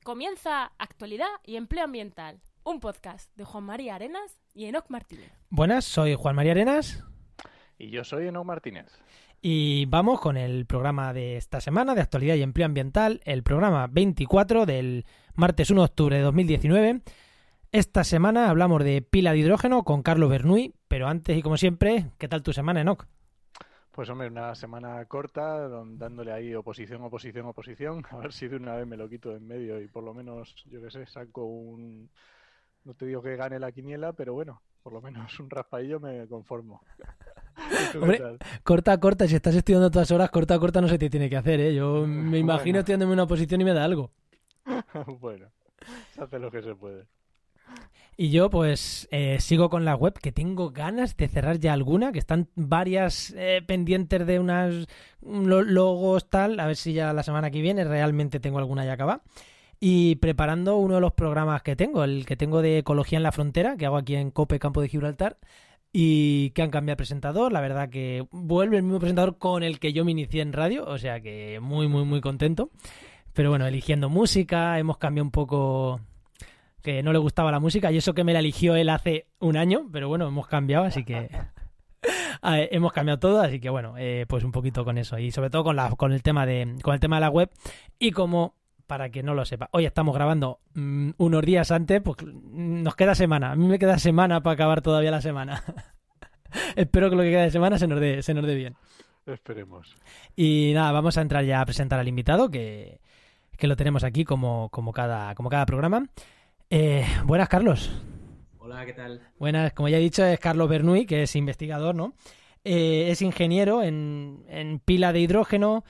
Comienza Actualidad y Empleo Ambiental, un podcast de Juan María Arenas y Enoc Martínez. Buenas, soy Juan María Arenas. Y yo soy Enoc Martínez. Y vamos con el programa de esta semana de Actualidad y Empleo Ambiental, el programa 24 del martes 1 de octubre de 2019. Esta semana hablamos de pila de hidrógeno con Carlos Bernuy, pero antes y como siempre, ¿qué tal tu semana, Enoc? Pues hombre, una semana corta, dándole ahí oposición, a ver si de una vez me lo quito de en medio y por lo menos, yo qué sé, saco un... No te digo que gane la quiniela, pero bueno, por lo menos un raspadillo me conformo. Hombre, corta, si estás estudiando todas horas, corta no se te tiene que hacer, ¿eh? Yo me imagino estudiándome una oposición y me da algo. Bueno, se hace lo que se puede. Y yo pues sigo con la web, que tengo ganas de cerrar ya alguna, que están varias pendientes de unas logos tal, a ver si ya la semana que viene realmente tengo alguna ya acabada. Y preparando uno de los programas que tengo, el que tengo de Ecología en la Frontera, que hago aquí en COPE Campo de Gibraltar, y que han cambiado de presentador. La verdad que vuelve el mismo presentador con el que yo me inicié en radio, o sea que muy contento. Pero bueno, eligiendo música, hemos cambiado un poco... que no le gustaba la música, y eso que me la eligió él hace un año, pero bueno, hemos cambiado, así que hemos cambiado todo, así que bueno, pues un poquito con eso, y sobre todo con el tema de la web. Y como, para que no lo sepa, hoy estamos grabando unos días antes, pues nos queda semana, a mí me queda semana para acabar todavía la semana. Espero que lo que queda de semana se nos dé bien. Esperemos. Y nada, vamos a entrar ya a presentar al invitado, que lo tenemos aquí como cada programa. Buenas, Carlos. Hola, ¿qué tal? Buenas, como ya he dicho, es Carlos Bernuy, que es investigador, ¿no? Es ingeniero en pila de hidrógeno.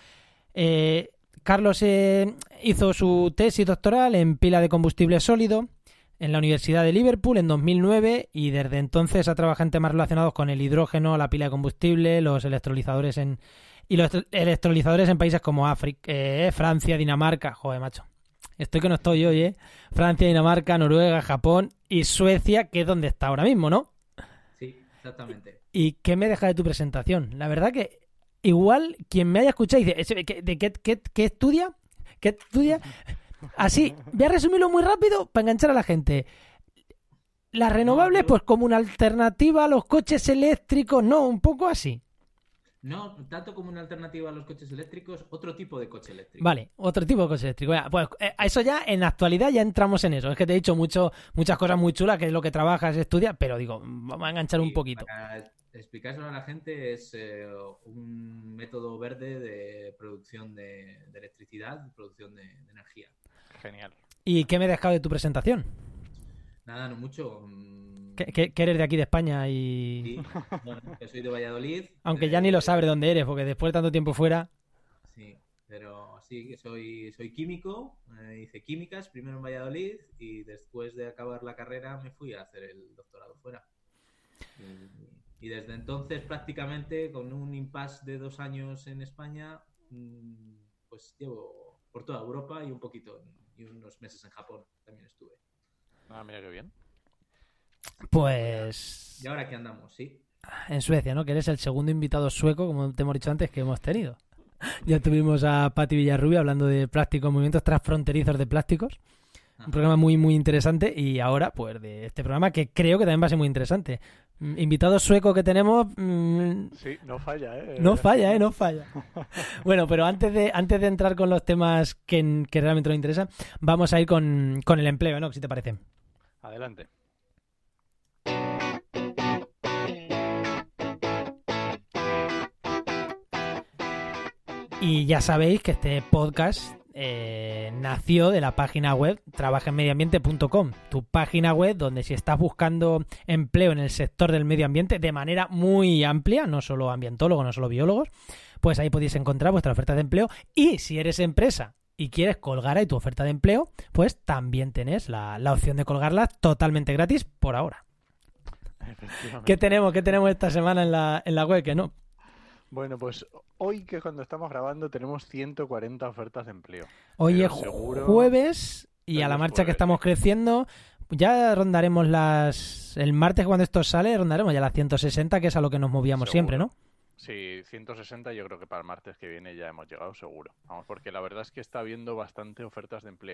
Carlos hizo su tesis doctoral en pila de combustible sólido en la Universidad de Liverpool en 2009, y desde entonces ha trabajado en temas relacionados con el hidrógeno, la pila de combustible, los electrolizadores en países como Francia, Dinamarca. Joder, macho. Estoy que no estoy hoy, ¿eh? Francia, Dinamarca, Noruega, Japón y Suecia, que es donde está ahora mismo, ¿no? Sí, exactamente. ¿Y qué me deja de tu presentación? La verdad que igual quien me haya escuchado dice, ¿de qué estudia? ¿Qué estudia? Así, voy a resumirlo muy rápido para enganchar a la gente. Las renovables, pues como una alternativa a los coches eléctricos, ¿no? Un poco así. No, tanto como una alternativa a los coches eléctricos, otro tipo de coche eléctrico. Vale, otro tipo de coche eléctrico. Pues a eso ya, en la actualidad ya entramos en eso. Es que te he dicho muchas cosas muy chulas, que es lo que trabajas, estudias, pero digo, vamos a enganchar un poquito. Para explicárselo a la gente, es un método verde de producción de electricidad, producción de energía. Genial. ¿Y qué me he dejado de tu presentación? Nada, no mucho. Que eres de aquí de España y... Sí, bueno, que soy de Valladolid. Aunque ya ni lo sabes de dónde eres, porque después de tanto tiempo fuera... Sí, pero sí, que soy químico, hice químicas primero en Valladolid y después de acabar la carrera me fui a hacer el doctorado fuera. Y desde entonces prácticamente, con un impasse de 2 años en España, pues llevo por toda Europa y un poquito, y unos meses en Japón también estuve. Ah, mira qué bien. Pues... ¿Y ahora qué andamos? Sí. En Suecia, ¿no? Que eres el segundo invitado sueco, como te hemos dicho antes, que hemos tenido. Ya tuvimos a Pati Villarrubia hablando de plásticos, movimientos transfronterizos de plásticos. Un programa muy interesante. Y ahora, pues, de este programa que creo que también va a ser muy interesante. Invitado sueco que tenemos... Sí, no falla, ¿eh? No falla. Bueno, pero antes de entrar con los temas que realmente nos interesan, vamos a ir con el empleo, ¿no? Si te parece. Adelante. Y ya sabéis que este podcast nació de la página web trabajaenmedioambiente.com, tu página web donde, si estás buscando empleo en el sector del medio ambiente de manera muy amplia, no solo ambientólogos, no solo biólogos, pues ahí podéis encontrar vuestra oferta de empleo. Y si eres empresa y quieres colgar ahí tu oferta de empleo, pues también tenés la opción de colgarla totalmente gratis por ahora. ¿Qué tenemos esta semana en la web? Que no. Bueno, pues hoy, que cuando estamos grabando, tenemos 140 ofertas de empleo. Hoy pero es seguro... jueves y a la marcha jueves. que estamos creciendo, ya rondaremos el martes, cuando esto sale, rondaremos ya las 160, que es a lo que nos movíamos Seguro. siempre, ¿no? Sí, 160 yo creo que para el martes que viene ya hemos llegado seguro. Vamos, porque la verdad es que está habiendo bastante ofertas de empleo.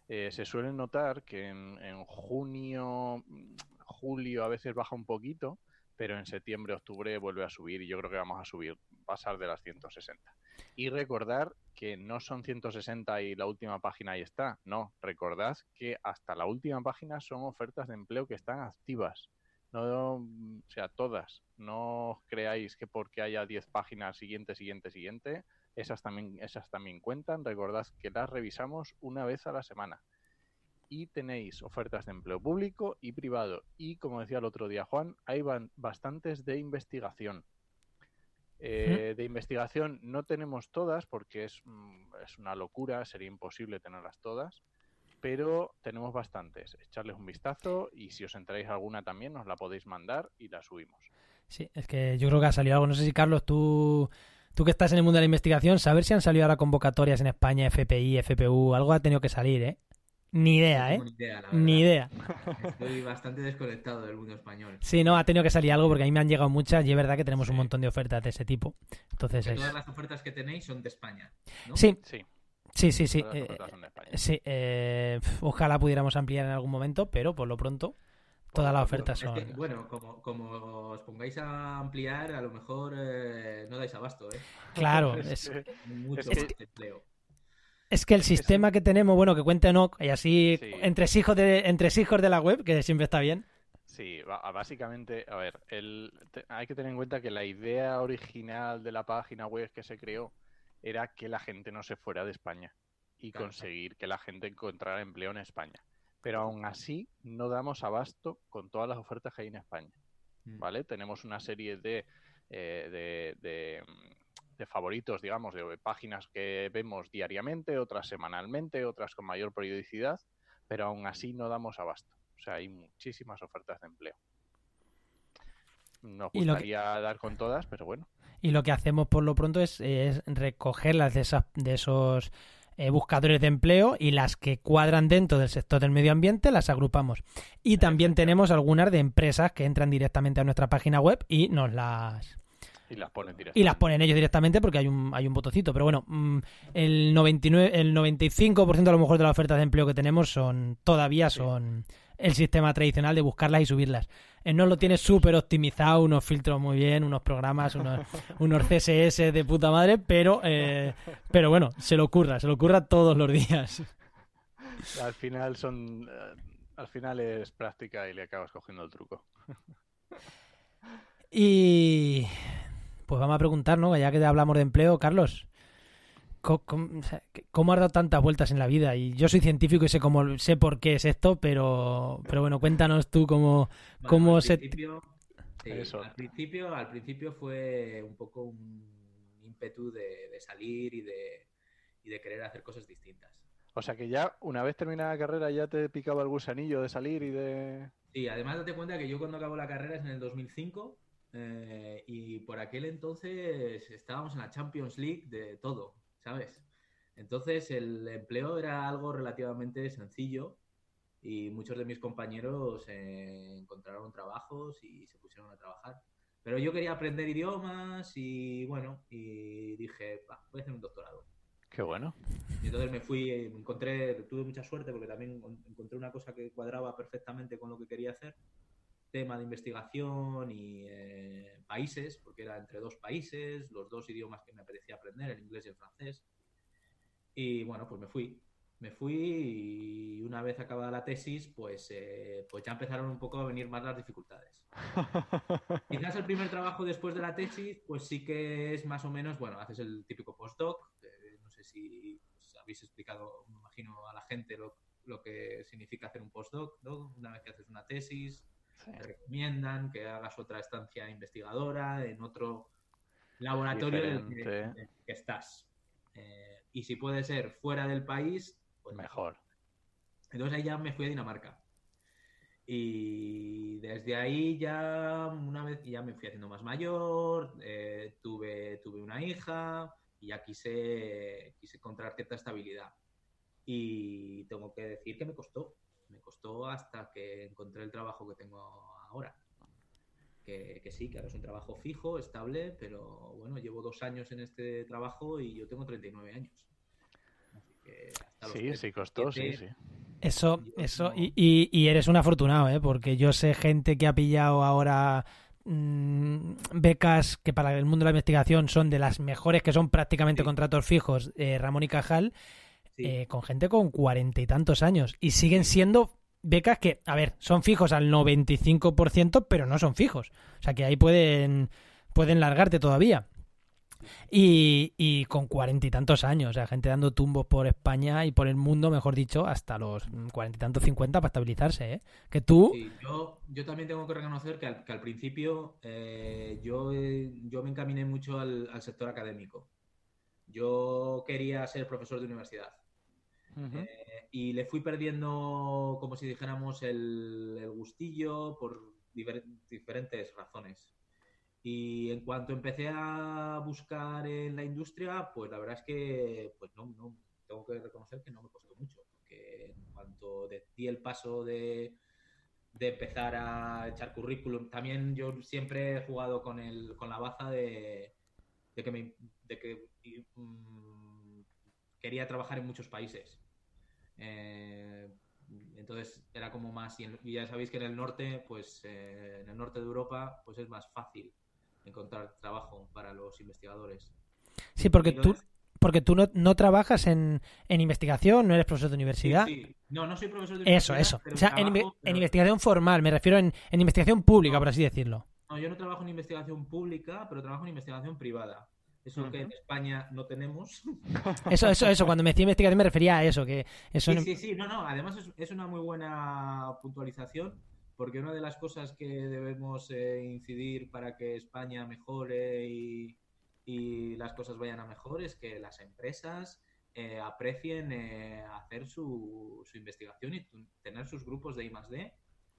se suele notar que en junio, julio a veces baja un poquito, pero en septiembre, octubre vuelve a subir y yo creo que vamos a subir, pasar de las 160. Y recordar que no son 160 y la última página ahí está. No, recordad que hasta la última página son ofertas de empleo que están activas. No, o sea, todas. No os creáis que porque haya 10 páginas siguiente, esas también cuentan. Recordad que las revisamos una vez a la semana. Y tenéis ofertas de empleo público y privado. Y como decía el otro día Juan, hay bastantes de investigación. De investigación no tenemos todas porque es una locura, sería imposible tenerlas todas, pero tenemos bastantes. Echarles un vistazo y si os enteráis alguna también nos la podéis mandar y la subimos. Sí, es que yo creo que ha salido algo. No sé si, Carlos, tú que estás en el mundo de la investigación, saber si han salido ahora convocatorias en España, FPI, FPU, algo ha tenido que salir, ¿eh? Ni idea, ¿eh? No tengo ni idea, la verdad. Ni idea. Estoy bastante desconectado del mundo español. Sí, no, ha tenido que salir algo porque a mí me han llegado muchas y es verdad que tenemos un montón de ofertas de ese tipo. Entonces todas las ofertas que tenéis son de España, ¿no? Sí. Sí. Sí. Todas las ofertas son de España. Sí, ojalá pudiéramos ampliar en algún momento, pero por lo pronto todas las ofertas son... Es que, bueno, como os pongáis a ampliar, a lo mejor no dais abasto, ¿eh? Claro, Mucho empleo. Es que el sistema que tenemos, bueno, que cuente Enoch, y así Sí. entresijos de la web, que siempre está bien. Sí, básicamente, a ver, hay que tener en cuenta que la idea original de la página web que se creó era que la gente no se fuera de España y conseguir que la gente encontrara empleo en España. Pero aún así no damos abasto con todas las ofertas que hay en España, ¿vale? Tenemos una serie de favoritos, digamos, de páginas que vemos diariamente, otras semanalmente, otras con mayor periodicidad, pero aún así no damos abasto. O sea, hay muchísimas ofertas de empleo. Nos gustaría dar con todas, pero bueno. Y lo que hacemos por lo pronto es recogerlas de esos buscadores de empleo y las que cuadran dentro del sector del medio ambiente las agrupamos. Y también tenemos algunas de empresas que entran directamente a nuestra página web y nos las... Y las ponen directamente. Y las ponen ellos directamente porque hay un botoncito. Pero bueno, el 95% a lo mejor de las ofertas de empleo que tenemos son el sistema tradicional de buscarlas y subirlas. No lo tiene súper optimizado, unos filtros muy bien, unos programas, unos CSS de puta madre, pero bueno, se lo ocurra todos los días. Al final es práctica y le acabas cogiendo el truco. Y pues vamos a preguntar, ¿no? Ya que hablamos de empleo, Carlos, ¿cómo has dado tantas vueltas en la vida? Y yo soy científico y sé por qué es esto, pero bueno, cuéntanos tú cómo se... Al principio fue un poco un ímpetu de salir y de querer hacer cosas distintas. O sea que ya una vez terminada la carrera ya te picaba el gusanillo de salir y de... Sí, además date cuenta que yo cuando acabo la carrera es en el 2005 y por aquel entonces estábamos en la Champions League de todo, ¿sabes? Entonces el empleo era algo relativamente sencillo y muchos de mis compañeros encontraron trabajos y se pusieron a trabajar. Pero yo quería aprender idiomas y bueno, y dije, voy a hacer un doctorado. Qué bueno. Y entonces tuve mucha suerte porque también encontré una cosa que cuadraba perfectamente con lo que quería hacer. Tema de investigación y países, porque era entre dos países, los dos idiomas que me apetecía aprender, el inglés y el francés. Y bueno, pues me fui y una vez acabada la tesis, pues ya empezaron un poco a venir más las dificultades. Quizás el primer trabajo después de la tesis, pues sí que es más o menos, bueno, haces el típico postdoc, no sé si habéis explicado, me imagino, a la gente lo que significa hacer un postdoc, ¿no? Una vez que haces una tesis, te recomiendan que hagas otra estancia investigadora en otro laboratorio en el que estás. Y si puede ser fuera del país, pues mejor. Entonces ahí ya me fui a Dinamarca. Y desde ahí ya una vez ya me fui haciendo más mayor, tuve una hija y ya quise encontrar cierta estabilidad. Y tengo que decir que me costó hasta que encontré el trabajo que tengo ahora. Que sí, que ahora es un trabajo fijo, estable, pero bueno, llevo 2 años en este trabajo y yo tengo 39 años. Así que hasta los sí, costó, sí. Eso, y eres un afortunado, ¿eh? Porque yo sé gente que ha pillado ahora becas que para el mundo de la investigación son de las mejores, que son prácticamente contratos fijos, Ramón y Cajal, con gente con 40 y tantos años, y siguen siendo becas que, a ver, son fijos al 95%, pero no son fijos. O sea que ahí pueden largarte todavía. Y con 40 y tantos años, o sea, gente dando tumbos por España y por el mundo, mejor dicho, hasta los 40 y tantos, 50 para estabilizarse, ¿eh? Que tú... Sí, yo también tengo que reconocer que al principio yo me encaminé mucho al sector académico. Yo quería ser profesor de universidad. Ujú. Y le fui perdiendo, como si dijéramos, el gustillo por diferentes razones. Y en cuanto empecé a buscar en la industria, pues la verdad es que pues no tengo que reconocer que no me costó mucho. Porque en cuanto di el paso de empezar a echar currículum, también yo siempre he jugado con la baza de que quería trabajar en muchos países. Entonces era como más, y ya sabéis que en el norte, pues en el norte de Europa, pues es más fácil encontrar trabajo para los investigadores. Sí, porque tú no trabajas en investigación, no eres profesor de universidad. Sí. No soy profesor de universidad. Eso. Pero O sea, en investigación formal, me refiero en investigación pública, por así decirlo. No, yo no trabajo en investigación pública, pero trabajo en investigación privada. Eso que en España no tenemos. Eso. Cuando me decía investigación me refería a eso. Que eso Sí. No. Además es una muy buena puntualización, porque una de las cosas que debemos incidir para que España mejore y las cosas vayan a mejor es que las empresas aprecien hacer su investigación y tener sus grupos de I+D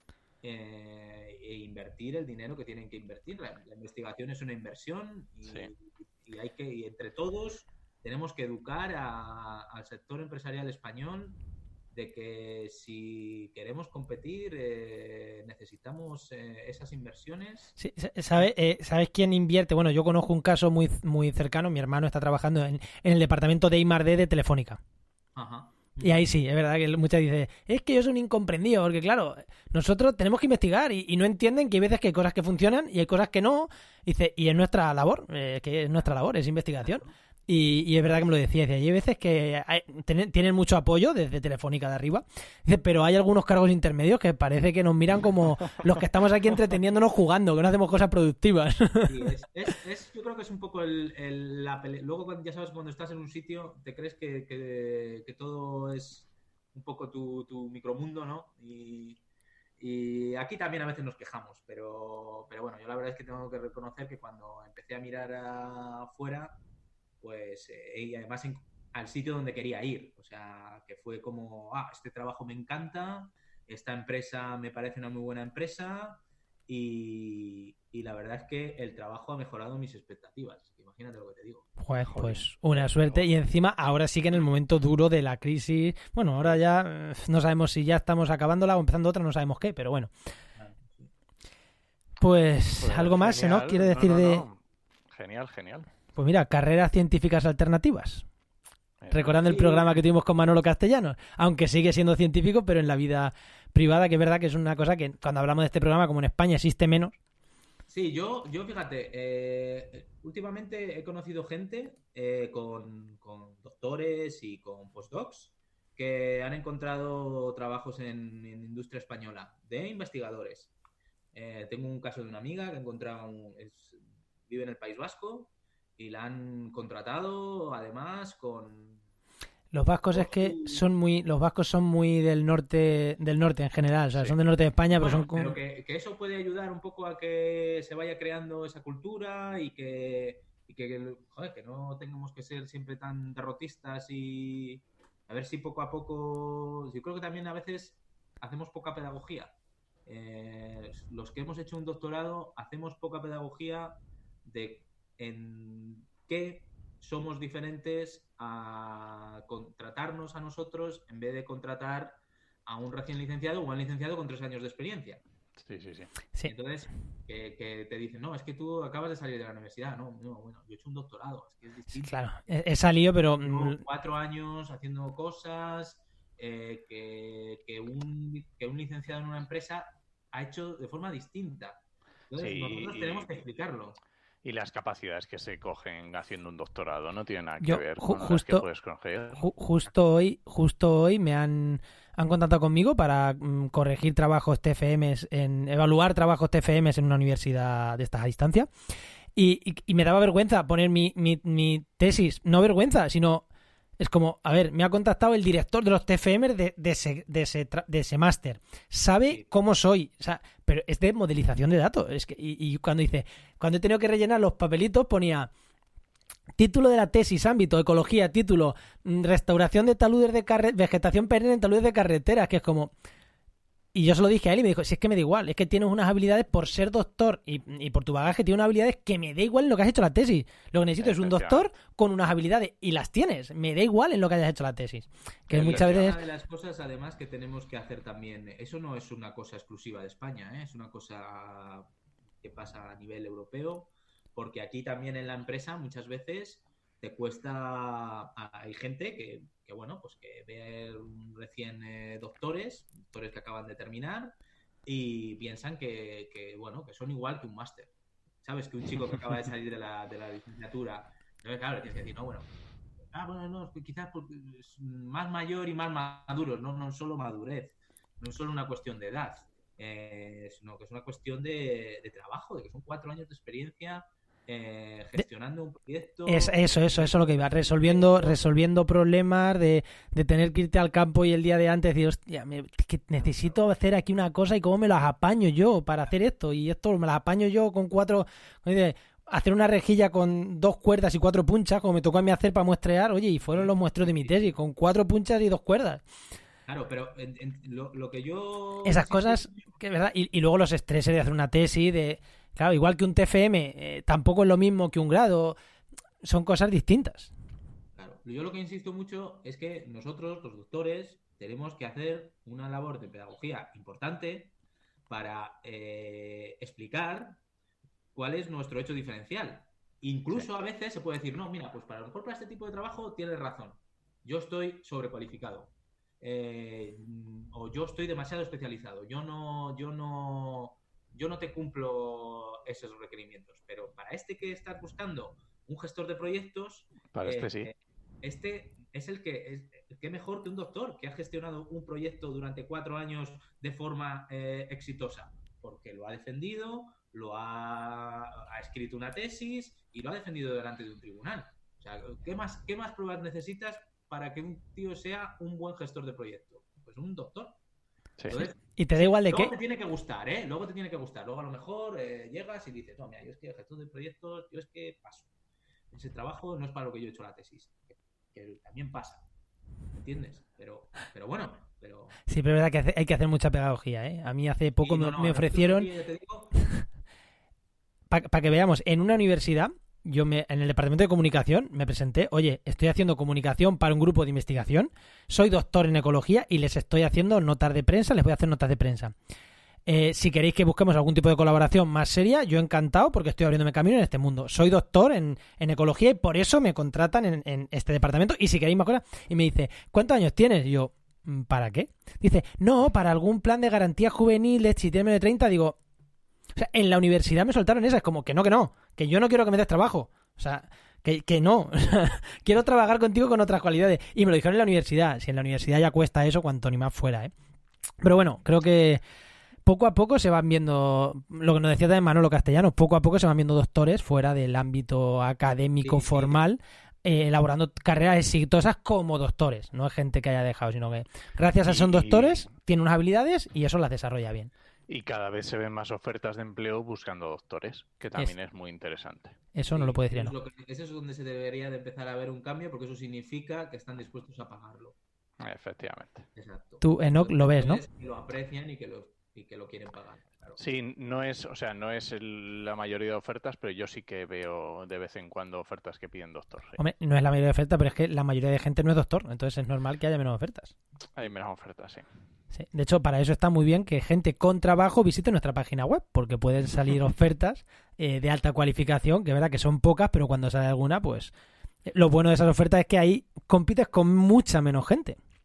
e invertir el dinero que tienen que invertir. La investigación es una inversión y hay que, y entre todos tenemos que educar al sector empresarial español de que si queremos competir necesitamos esas inversiones. Sí, ¿sabes quién invierte? Bueno, yo conozco un caso muy, muy cercano. Mi hermano está trabajando en el departamento de I+D de Telefónica. Ajá. Y ahí sí, es verdad que muchas dicen, es que yo soy un incomprendido, porque claro, nosotros tenemos que investigar y no entienden que hay veces que hay cosas que funcionan y hay cosas que no. Dice, y es nuestra labor, que es nuestra labor, es investigación. Y es verdad que me lo decía, y hay veces que tienen mucho apoyo desde Telefónica de arriba, dice, pero hay algunos cargos intermedios que parece que nos miran como los que estamos aquí entreteniéndonos jugando, que no hacemos cosas productivas. Sí, yo creo que es un poco luego ya sabes, cuando estás en un sitio te crees que todo es un poco tu micromundo, ¿no? Y aquí también a veces nos quejamos, pero bueno, yo la verdad es que tengo que reconocer que cuando empecé a mirar afuera, pues y además al sitio donde quería ir, o sea, que fue como, este trabajo me encanta, esta empresa me parece una muy buena empresa y la verdad es que el trabajo ha mejorado mis expectativas, imagínate lo que te digo. Joder, pues una suerte, y encima ahora sí que en el momento duro de la crisis, bueno, ahora ya no sabemos si ya estamos acabándola o empezando otra, no sabemos qué, pero bueno. Pues algo más, genial. ¿no? Quiere decir de... Genial. Pues mira, carreras científicas alternativas. Recordando el programa que tuvimos con Manolo Castellanos, aunque sigue siendo científico, pero en la vida privada, que es verdad que es una cosa que cuando hablamos de este programa, como en España existe menos. Sí, yo fíjate, últimamente he conocido gente con doctores y con postdocs que han encontrado trabajos en industria española de investigadores. Tengo un caso de una amiga que ha encontrado, vive en el País Vasco y la han contratado además con... Los vascos es que los vascos son muy del norte en general, o sea, son del norte de España, pero son como... Pero que eso puede ayudar un poco a que se vaya creando esa cultura y que no tengamos que ser siempre tan derrotistas y a ver si poco a poco... Yo creo que también a veces hacemos poca pedagogía. Los que hemos hecho un doctorado hacemos poca pedagogía en qué somos diferentes a contratarnos a nosotros en vez de contratar a un recién licenciado o a un licenciado con 3 años de experiencia. Sí. Entonces, que te dicen, no, es que tú acabas de salir de la universidad. No, bueno, yo he hecho un doctorado, es que es distinto. Claro, he salido, pero... Llevo 4 años haciendo cosas, que un licenciado en una empresa ha hecho de forma distinta. Entonces, nosotros tenemos que explicarlo. Y las capacidades que se cogen haciendo un doctorado no tienen nada que ver con las justo, que puedes coger. Justo hoy me han contactado conmigo para corregir trabajos TFMs, evaluar trabajos TFMs en una universidad de estas a distancia. Y me daba vergüenza poner mi tesis. No vergüenza, sino... Es como, a ver, me ha contactado el director de los TFMs de ese máster. Sabe cómo soy. O sea, pero es de modelización de datos. Es que, y cuando he tenido que rellenar los papelitos, ponía título de la tesis, ámbito, ecología, título, restauración de taludes de vegetación perenne en taludes de carreteras, que es como... Y yo se lo dije a él y me dijo, si es que me da igual, es que tienes unas habilidades por ser doctor y por tu bagaje tienes unas habilidades que me da igual en lo que has hecho la tesis. Lo que necesito es un doctor con unas habilidades y las tienes. Me da igual en lo que hayas hecho la tesis. Que muchas veces... Una de las cosas además que tenemos que hacer también, eso no es una cosa exclusiva de España, ¿eh? Es una cosa que pasa a nivel europeo, porque aquí también en la empresa muchas veces te cuesta... Hay gente que bueno, pues que ve recién doctores que acaban de terminar y piensan que bueno, que son igual que un máster. ¿Sabes? Que un chico que acaba de salir de la licenciatura. Entonces, claro, tienes que decir, no, bueno, no, quizás porque es más mayor y más maduro, no es solo madurez, no es solo una cuestión de edad, sino que es una cuestión de trabajo, de que son 4 años de experiencia gestionando un proyecto. Eso es lo que iba, resolviendo problemas de tener que irte al campo y el día de antes decir, hostia, que necesito hacer aquí una cosa y cómo me las apaño yo para hacer esto, y esto me las apaño yo con 4, hacer una rejilla con 2 cuerdas y 4 punchas, como me tocó a mí hacer para muestrear, oye, y fueron los muestreos de mi tesis, con 4 punchas y 2 cuerdas. Claro, pero lo que yo... Esas cosas, que verdad, y luego los estreses de hacer una tesis, claro, igual que un TFM, tampoco es lo mismo que un grado, son cosas distintas. Claro, yo lo que insisto mucho es que nosotros, los doctores, tenemos que hacer una labor de pedagogía importante para explicar cuál es nuestro hecho diferencial. Incluso a veces se puede decir, no, mira, pues para lo mejor para este tipo de trabajo tienes razón, yo estoy sobrecualificado. O yo estoy demasiado especializado, yo no te cumplo esos requerimientos, pero para este que estás buscando un gestor de proyectos, para sí. Este es el que mejor que un doctor que ha gestionado un proyecto durante 4 años de forma exitosa, porque lo ha defendido, ha escrito una tesis y lo ha defendido delante de un tribunal. O sea, ¿qué más pruebas necesitas para que un tío sea un buen gestor de proyecto? Pues un doctor. Sí. Entonces, y te da igual de luego qué. Te tiene que gustar, ¿eh? Luego te tiene que gustar. Luego a lo mejor llegas y dices, no, mira, yo es que gestor de proyectos, yo es que paso. Ese trabajo no es para lo que yo he hecho la tesis. Que también pasa. ¿Entiendes? Pero bueno, Sí, pero es verdad que hay que hacer mucha pedagogía, ¿eh? A mí hace poco me ofrecieron... Para que veamos, en una universidad... en el departamento de comunicación me presenté, oye, estoy haciendo comunicación para un grupo de investigación, soy doctor en ecología y les estoy haciendo notas de prensa, les voy a hacer notas de prensa. Si queréis que busquemos algún tipo de colaboración más seria, yo encantado porque estoy abriéndome camino en este mundo. Soy doctor en ecología y por eso me contratan en este departamento y si queréis más cosas. Y me dice, ¿cuántos años tienes? Y yo, ¿para qué? Dice, no, para algún plan de garantías juveniles, si tienes menos de 30, digo... O sea, en la universidad me soltaron esas, como que yo no quiero que me des trabajo. O sea, que no. Quiero trabajar contigo con otras cualidades. Y me lo dijeron en la universidad. Si en la universidad ya cuesta eso, cuanto ni más fuera, ¿eh? Pero bueno, creo que poco a poco se van viendo, lo que nos decía también Manolo Castellanos, poco a poco se van viendo doctores fuera del ámbito académico formal, elaborando carreras exitosas como doctores. No es gente que haya dejado, sino que gracias a esos doctores tienen unas habilidades y eso las desarrolla bien. Y cada vez se ven más ofertas de empleo buscando doctores, que también es muy interesante. Eso no lo puede decir, ¿no? Eso es donde se debería de empezar a ver un cambio, porque eso significa que están dispuestos a pagarlo. Efectivamente. Exacto. Tú, Enoch, lo ves, ¿no? Que lo aprecian y que lo quieren pagar. Claro. Sí, no es la mayoría de ofertas, pero yo sí que veo de vez en cuando ofertas que piden doctor. Sí. Hombre, no es la mayoría de ofertas, pero es que la mayoría de gente no es doctor, entonces es normal que haya menos ofertas. Hay menos ofertas, sí. Sí. De hecho, para eso está muy bien que gente con trabajo visite nuestra página web, porque pueden salir ofertas de alta cualificación, que es verdad que son pocas, pero cuando sale alguna, pues lo bueno de esas ofertas es que ahí compites con mucha menos gente.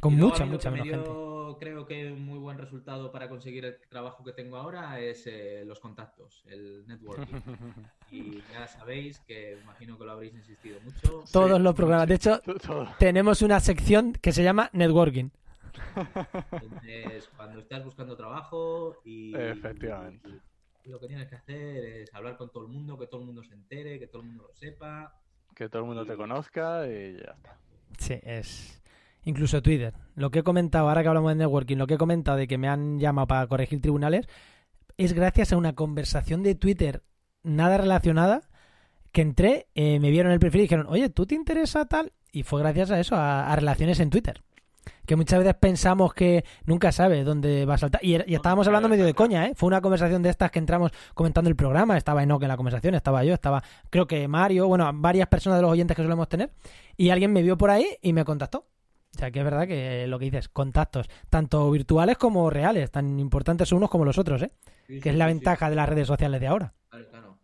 Con Y luego mucha a mí lo que menos me gente. dio, creo que un muy buen resultado para conseguir el trabajo que tengo ahora es los contactos, el networking. Y ya sabéis que imagino que lo habréis insistido mucho. Todos Sí, los programas. De hecho, todo. tenemos una sección que se llama Networking. Entonces, cuando estás buscando trabajo Efectivamente. y lo que tienes que hacer es hablar con todo el mundo, que todo el mundo se entere, que todo el mundo lo sepa. Que todo el mundo te conozca y ya está. Sí, es... Incluso Twitter. Lo que he comentado, ahora que hablamos de networking, lo que he comentado de que me han llamado para corregir tribunales, es gracias a una conversación de Twitter nada relacionada, que entré, me vieron el perfil y dijeron, oye, ¿tú te interesa tal? Y fue gracias a eso, a relaciones en Twitter. Que muchas veces pensamos que nunca sabe dónde va a saltar. Y estábamos hablando medio de coña, ¿eh? Fue una conversación de estas que entramos comentando el programa. Estaba Enoch en la conversación, estaba yo, estaba creo que Mario, bueno, varias personas de los oyentes que solemos tener. Y alguien me vio por ahí y me contactó. O sea, que es verdad que lo que dices, contactos, tanto virtuales como reales, tan importantes unos como los otros, ¿eh? Sí, Que es la ventaja de las redes sociales de ahora. Claro.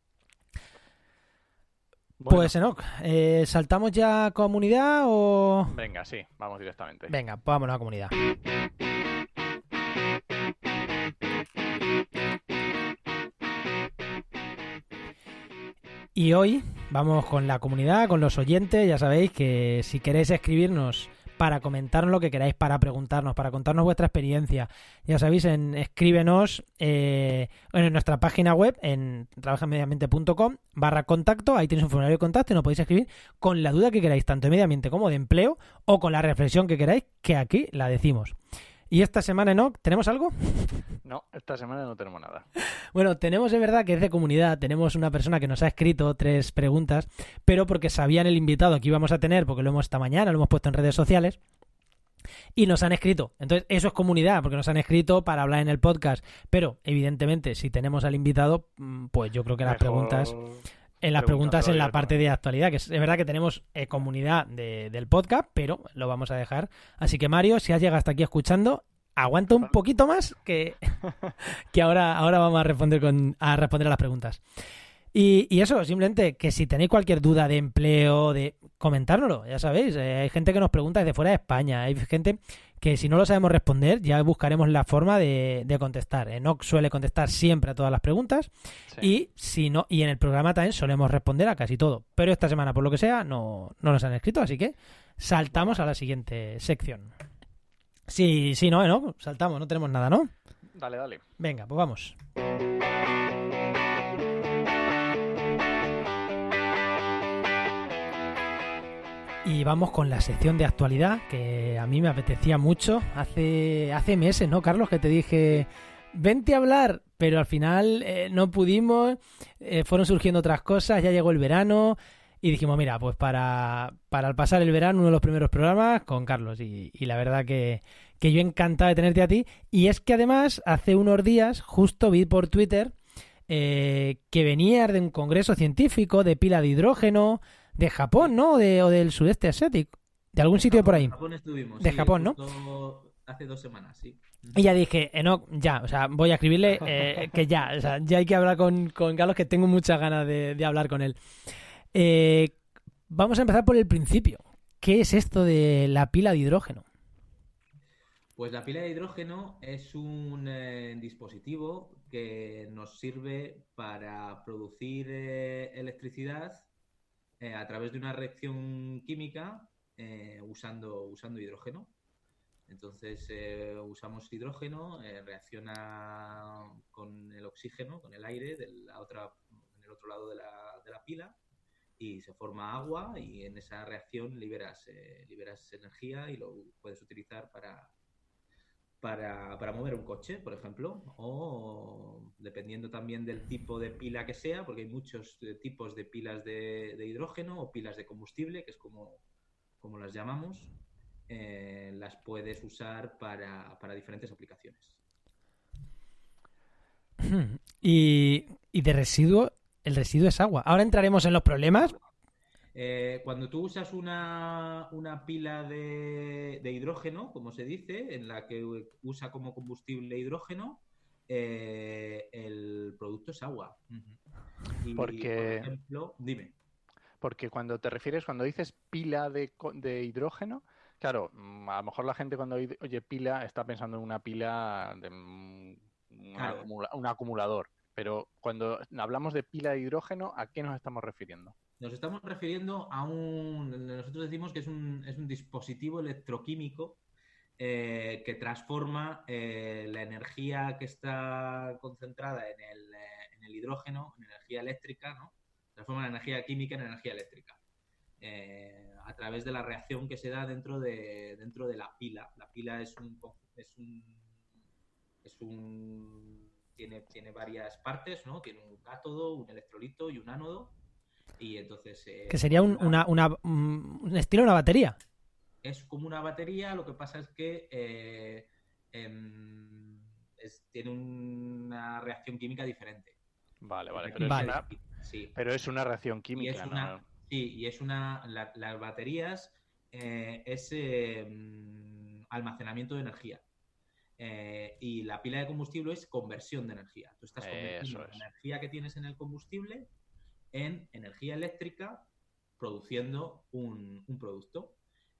Bueno, Pues Enoch, ¿saltamos ya a comunidad o...? venga, sí, vamos directamente. Venga, pues vámonos a comunidad. Y hoy vamos con la comunidad, con los oyentes. Ya sabéis que si queréis escribirnos para comentarnos lo que queráis, para preguntarnos, para contarnos vuestra experiencia, ya sabéis, escríbenos en nuestra página web, en trabajamediambiente.com/contacto. Ahí tenéis un formulario de contacto y nos podéis escribir con la duda que queráis, tanto de medio ambiente como de empleo, o con la reflexión que queráis, que aquí la decimos. Y esta semana, ¿no? ¿Tenemos algo? No, esta semana no tenemos nada. Bueno, tenemos, es verdad que es de comunidad, tenemos una persona que nos ha escrito 3 preguntas, pero porque sabían el invitado que íbamos a tener, porque lo hemos esta mañana, lo hemos puesto en redes sociales, y nos han escrito. Entonces, eso es comunidad, porque nos han escrito para hablar en el podcast, pero evidentemente, si tenemos al invitado, pues yo creo que las preguntas... En las preguntas en la parte de actualidad, que es verdad que tenemos comunidad del podcast, pero lo vamos a dejar. Así que Mario, si has llegado hasta aquí escuchando, aguanta un poquito más que ahora vamos a responder a las preguntas. Y eso, simplemente que si tenéis cualquier duda de empleo, de comentárnoslo, ya sabéis, hay gente que nos pregunta desde fuera de España, hay gente que si no lo sabemos responder ya buscaremos la forma de contestar. Enoch suele contestar siempre a todas las preguntas, sí. Y si no, y en el programa también solemos responder a casi todo, pero esta semana por lo que sea no nos han escrito, así que saltamos a la siguiente sección. Sí, no, Enoch, saltamos, no tenemos nada, ¿no? Dale. Venga, pues vamos. Y vamos con la sección de actualidad, que a mí me apetecía mucho. Hace meses, ¿no, Carlos? Que te dije, vente a hablar, pero al final no pudimos, fueron surgiendo otras cosas, ya llegó el verano y dijimos, mira, pues para al pasar el verano, uno de los primeros programas con Carlos. Y la verdad que yo encantado de tenerte a ti. Y es que además, hace unos días, justo vi por Twitter que venías de un congreso científico de pila de hidrógeno... De Japón, ¿no? O del sudeste asiático. De algún sitio por ahí. Japón estuvimos. De Japón, ¿no? Hace 2 semanas, sí. Y ya dije, Enoch, ya, o sea, voy a escribirle que ya, o sea, ya hay que hablar con Carlos, que tengo muchas ganas de hablar con él. Vamos a empezar por el principio. ¿Qué es esto de la pila de hidrógeno? Pues la pila de hidrógeno es un dispositivo que nos sirve para producir electricidad a través de una reacción química usando hidrógeno. Entonces usamos hidrógeno, reacciona con el oxígeno, con el aire en el otro lado de la pila y se forma agua y en esa reacción liberas energía y lo puedes utilizar para mover un coche, por ejemplo, o dependiendo también del tipo de pila que sea, porque hay muchos tipos de pilas de hidrógeno o pilas de combustible, que es como las llamamos, las puedes usar para diferentes aplicaciones. Y de residuo, el residuo es agua. Ahora entraremos en los problemas. Cuando tú usas una pila de hidrógeno, como se dice, en la que usa como combustible hidrógeno, el producto es agua. Y, por ejemplo, dime. Porque cuando dices pila de hidrógeno, Claro, a lo mejor la gente cuando oye pila está pensando en una pila de Claro. un acumulador. Pero cuando hablamos de pila de hidrógeno, ¿a qué nos estamos refiriendo? Nos estamos refiriendo a nosotros decimos que es un dispositivo electroquímico que transforma la energía que está concentrada en el hidrógeno, en energía eléctrica, ¿no? Transforma la energía química en energía eléctrica. A través de la reacción que se da dentro de la pila. La pila tiene varias partes, ¿no? Tiene un cátodo, un electrolito y un ánodo. Y entonces que sería un estilo de una batería. Es como una batería, lo que pasa es que tiene una reacción química diferente. Vale, Sí. Pero es una reacción química, Las baterías es almacenamiento de energía. Y la pila de combustible es conversión de energía. Tú estás convirtiendo la energía que tienes en el combustible en energía eléctrica produciendo un producto.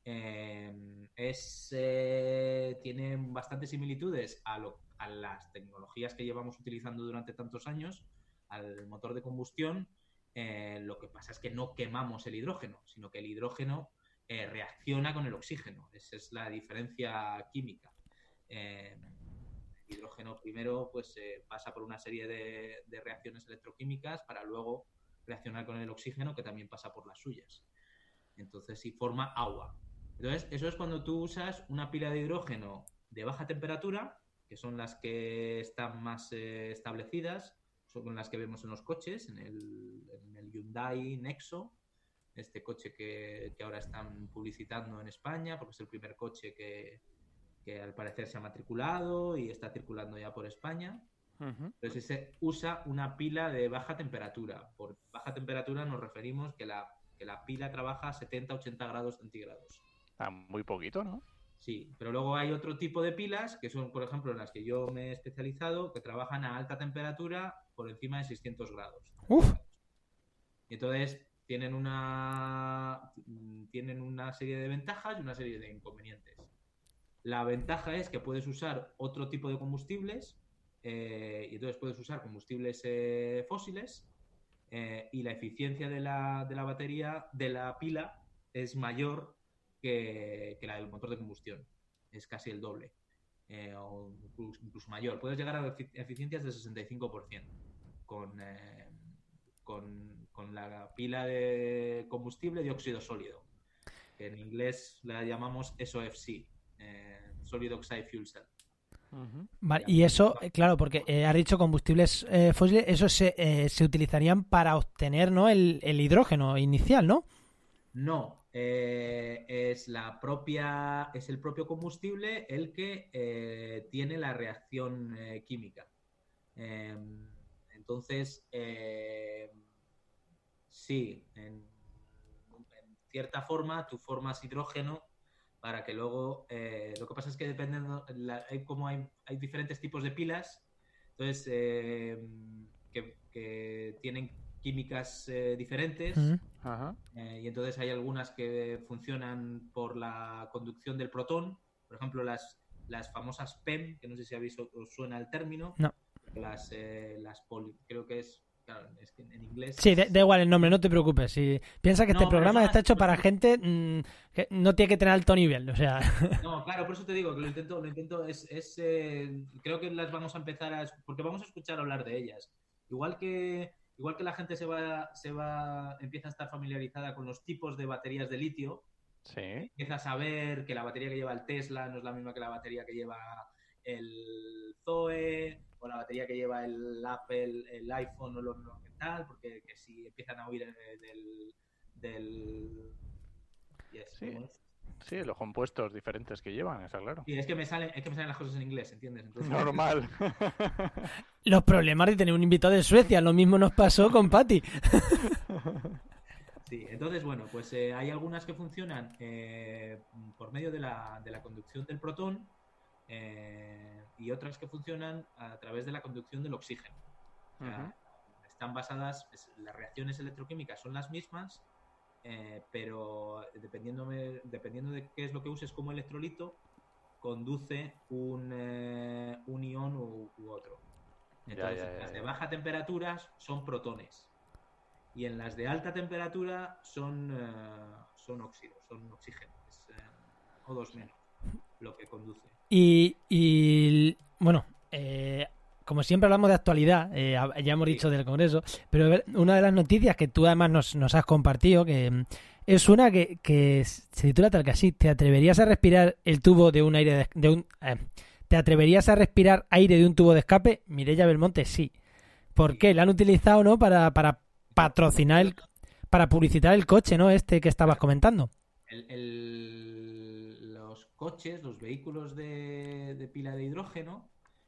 Tiene bastantes similitudes a las tecnologías que llevamos utilizando durante tantos años, al motor de combustión. Lo que pasa es que no quemamos el hidrógeno, sino que el hidrógeno reacciona con el oxígeno. Esa es la diferencia química. El hidrógeno primero pues pasa por una serie de reacciones electroquímicas para luego reaccionar con el oxígeno, que también pasa por las suyas. Entonces, sí forma agua. Entonces, eso es cuando tú usas una pila de hidrógeno de baja temperatura, que son las que están más establecidas, son las que vemos en los coches, en el Hyundai Nexo, este coche que ahora están publicitando en España, porque es el primer coche que al parecer se ha matriculado y está circulando ya por España. Entonces se usa una pila de baja temperatura. Por baja temperatura nos referimos que la pila trabaja a 70-80 grados centígrados. Muy poquito, ¿no? Sí, pero luego hay otro tipo de pilas, que son, por ejemplo, en las que yo me he especializado, que trabajan a alta temperatura por encima de 600 grados. ¡Uf! Y entonces tienen una serie de ventajas y una serie de inconvenientes. La ventaja es que puedes usar otro tipo de combustibles, y entonces puedes usar combustibles fósiles, y la eficiencia de la batería, de la pila, es mayor que la del motor de combustión. Es casi el doble, o incluso mayor. Puedes llegar a eficiencias del 65% con la pila de combustible de óxido sólido, que en inglés la llamamos SOFC, Solid Oxide Fuel Cell. Vale, y eso, claro, porque has dicho combustibles fósiles, eso se utilizarían para obtener, ¿no?, el hidrógeno inicial, ¿no? No, es el propio combustible el que tiene la reacción química. Entonces, sí, en cierta forma tú formas hidrógeno para que luego, lo que pasa es que dependiendo, hay diferentes tipos de pilas, entonces que tienen químicas diferentes. Y entonces hay algunas que funcionan por la conducción del protón, por ejemplo las famosas PEM, que no sé si os suena el término. No. Creo que es, claro, es que en inglés. Sí, da igual el nombre, no te preocupes. Si piensa que este programa está hecho para gente que no tiene que tener alto nivel, o sea. No, claro, por eso te digo que lo intento creo que las vamos a empezar porque vamos a escuchar hablar de ellas. Igual que la gente empieza a estar familiarizada con los tipos de baterías de litio, sí. Empieza a saber que la batería que lleva el Tesla no es la misma que la batería que lleva el Zoe, o la batería que lleva el Apple, el iPhone o lo que tal, porque que si empiezan a oír del Sí, los compuestos diferentes que llevan, está claro. Sí, es que me salen las cosas en inglés, ¿entiendes? Entonces, normal. Los problemas de tener un invitado de Suecia, lo mismo nos pasó con Patty. Sí, entonces, bueno, pues hay algunas que funcionan por medio de la conducción del protón, y otras que funcionan a través de la conducción del oxígeno. O sea, están basadas, las reacciones electroquímicas son las mismas, pero dependiendo de qué es lo que uses como electrolito, conduce un ion u otro. Entonces, las de baja temperatura son protones y en las de alta temperatura son óxidos, son oxígeno, es O2 menos lo que conduce. Y bueno, como siempre hablamos de actualidad, ya hemos dicho del Congreso, pero a ver, una de las noticias que tú además nos has compartido, que es una que se titula tal que así: ¿te atreverías a respirar el tubo de un aire ¿te atreverías a respirar aire de un tubo de escape? Mireia Belmonte, sí. ¿Por qué? ¿La han utilizado, no? Para patrocinar, para publicitar el coche, ¿no? Este que estabas comentando. Los coches, los vehículos de pila de hidrógeno,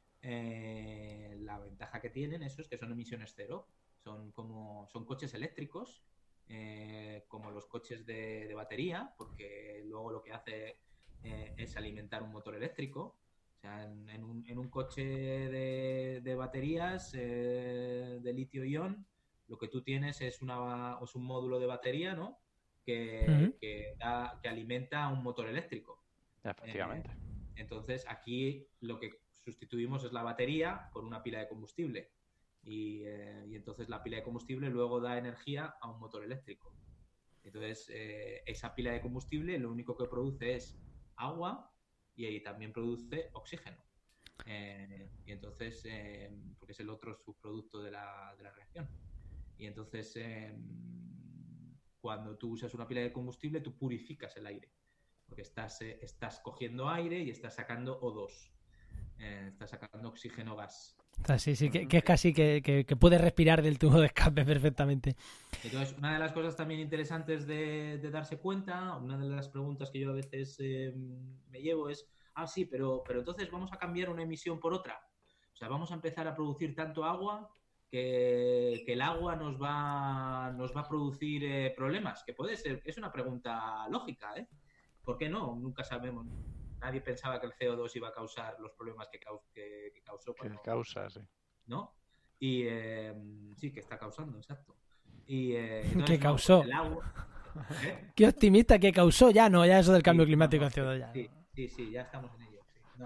la ventaja que tienen eso es que son emisiones cero. Son coches eléctricos, como los coches de batería, porque luego lo que hace es alimentar un motor eléctrico. O sea, en un coche de baterías de litio-ion, lo que tú tienes es un módulo de batería, ¿no? que alimenta a un motor eléctrico. Efectivamente. Entonces, aquí lo que sustituimos es la batería por una pila de combustible. Y entonces la pila de combustible luego da energía a un motor eléctrico. Entonces, esa pila de combustible lo único que produce es agua y ahí también produce oxígeno. Y entonces, porque es el otro subproducto de la reacción. Y entonces, cuando tú usas una pila de combustible, tú purificas el aire. Porque estás cogiendo aire y estás sacando O2. Estás sacando oxígeno gas. Sí, que es casi que puedes respirar del tubo de escape perfectamente. Entonces, una de las cosas también interesantes de darse cuenta, una de las preguntas que yo a veces me llevo es, sí, pero entonces vamos a cambiar una emisión por otra. O sea, vamos a empezar a producir tanto agua que el agua nos va a producir problemas, que puede ser, es una pregunta lógica, ¿eh? ¿Por qué no? Nunca sabemos. Nadie pensaba que el CO2 iba a causar los problemas que causó. Que causa, sí. ¿No? Y sí, que está causando, exacto. Y entonces, ¿Qué causó? El agua... Qué optimista, que causó ya, no, ya eso del cambio climático. Ya. Sí, ya estamos en ello. Sí. No.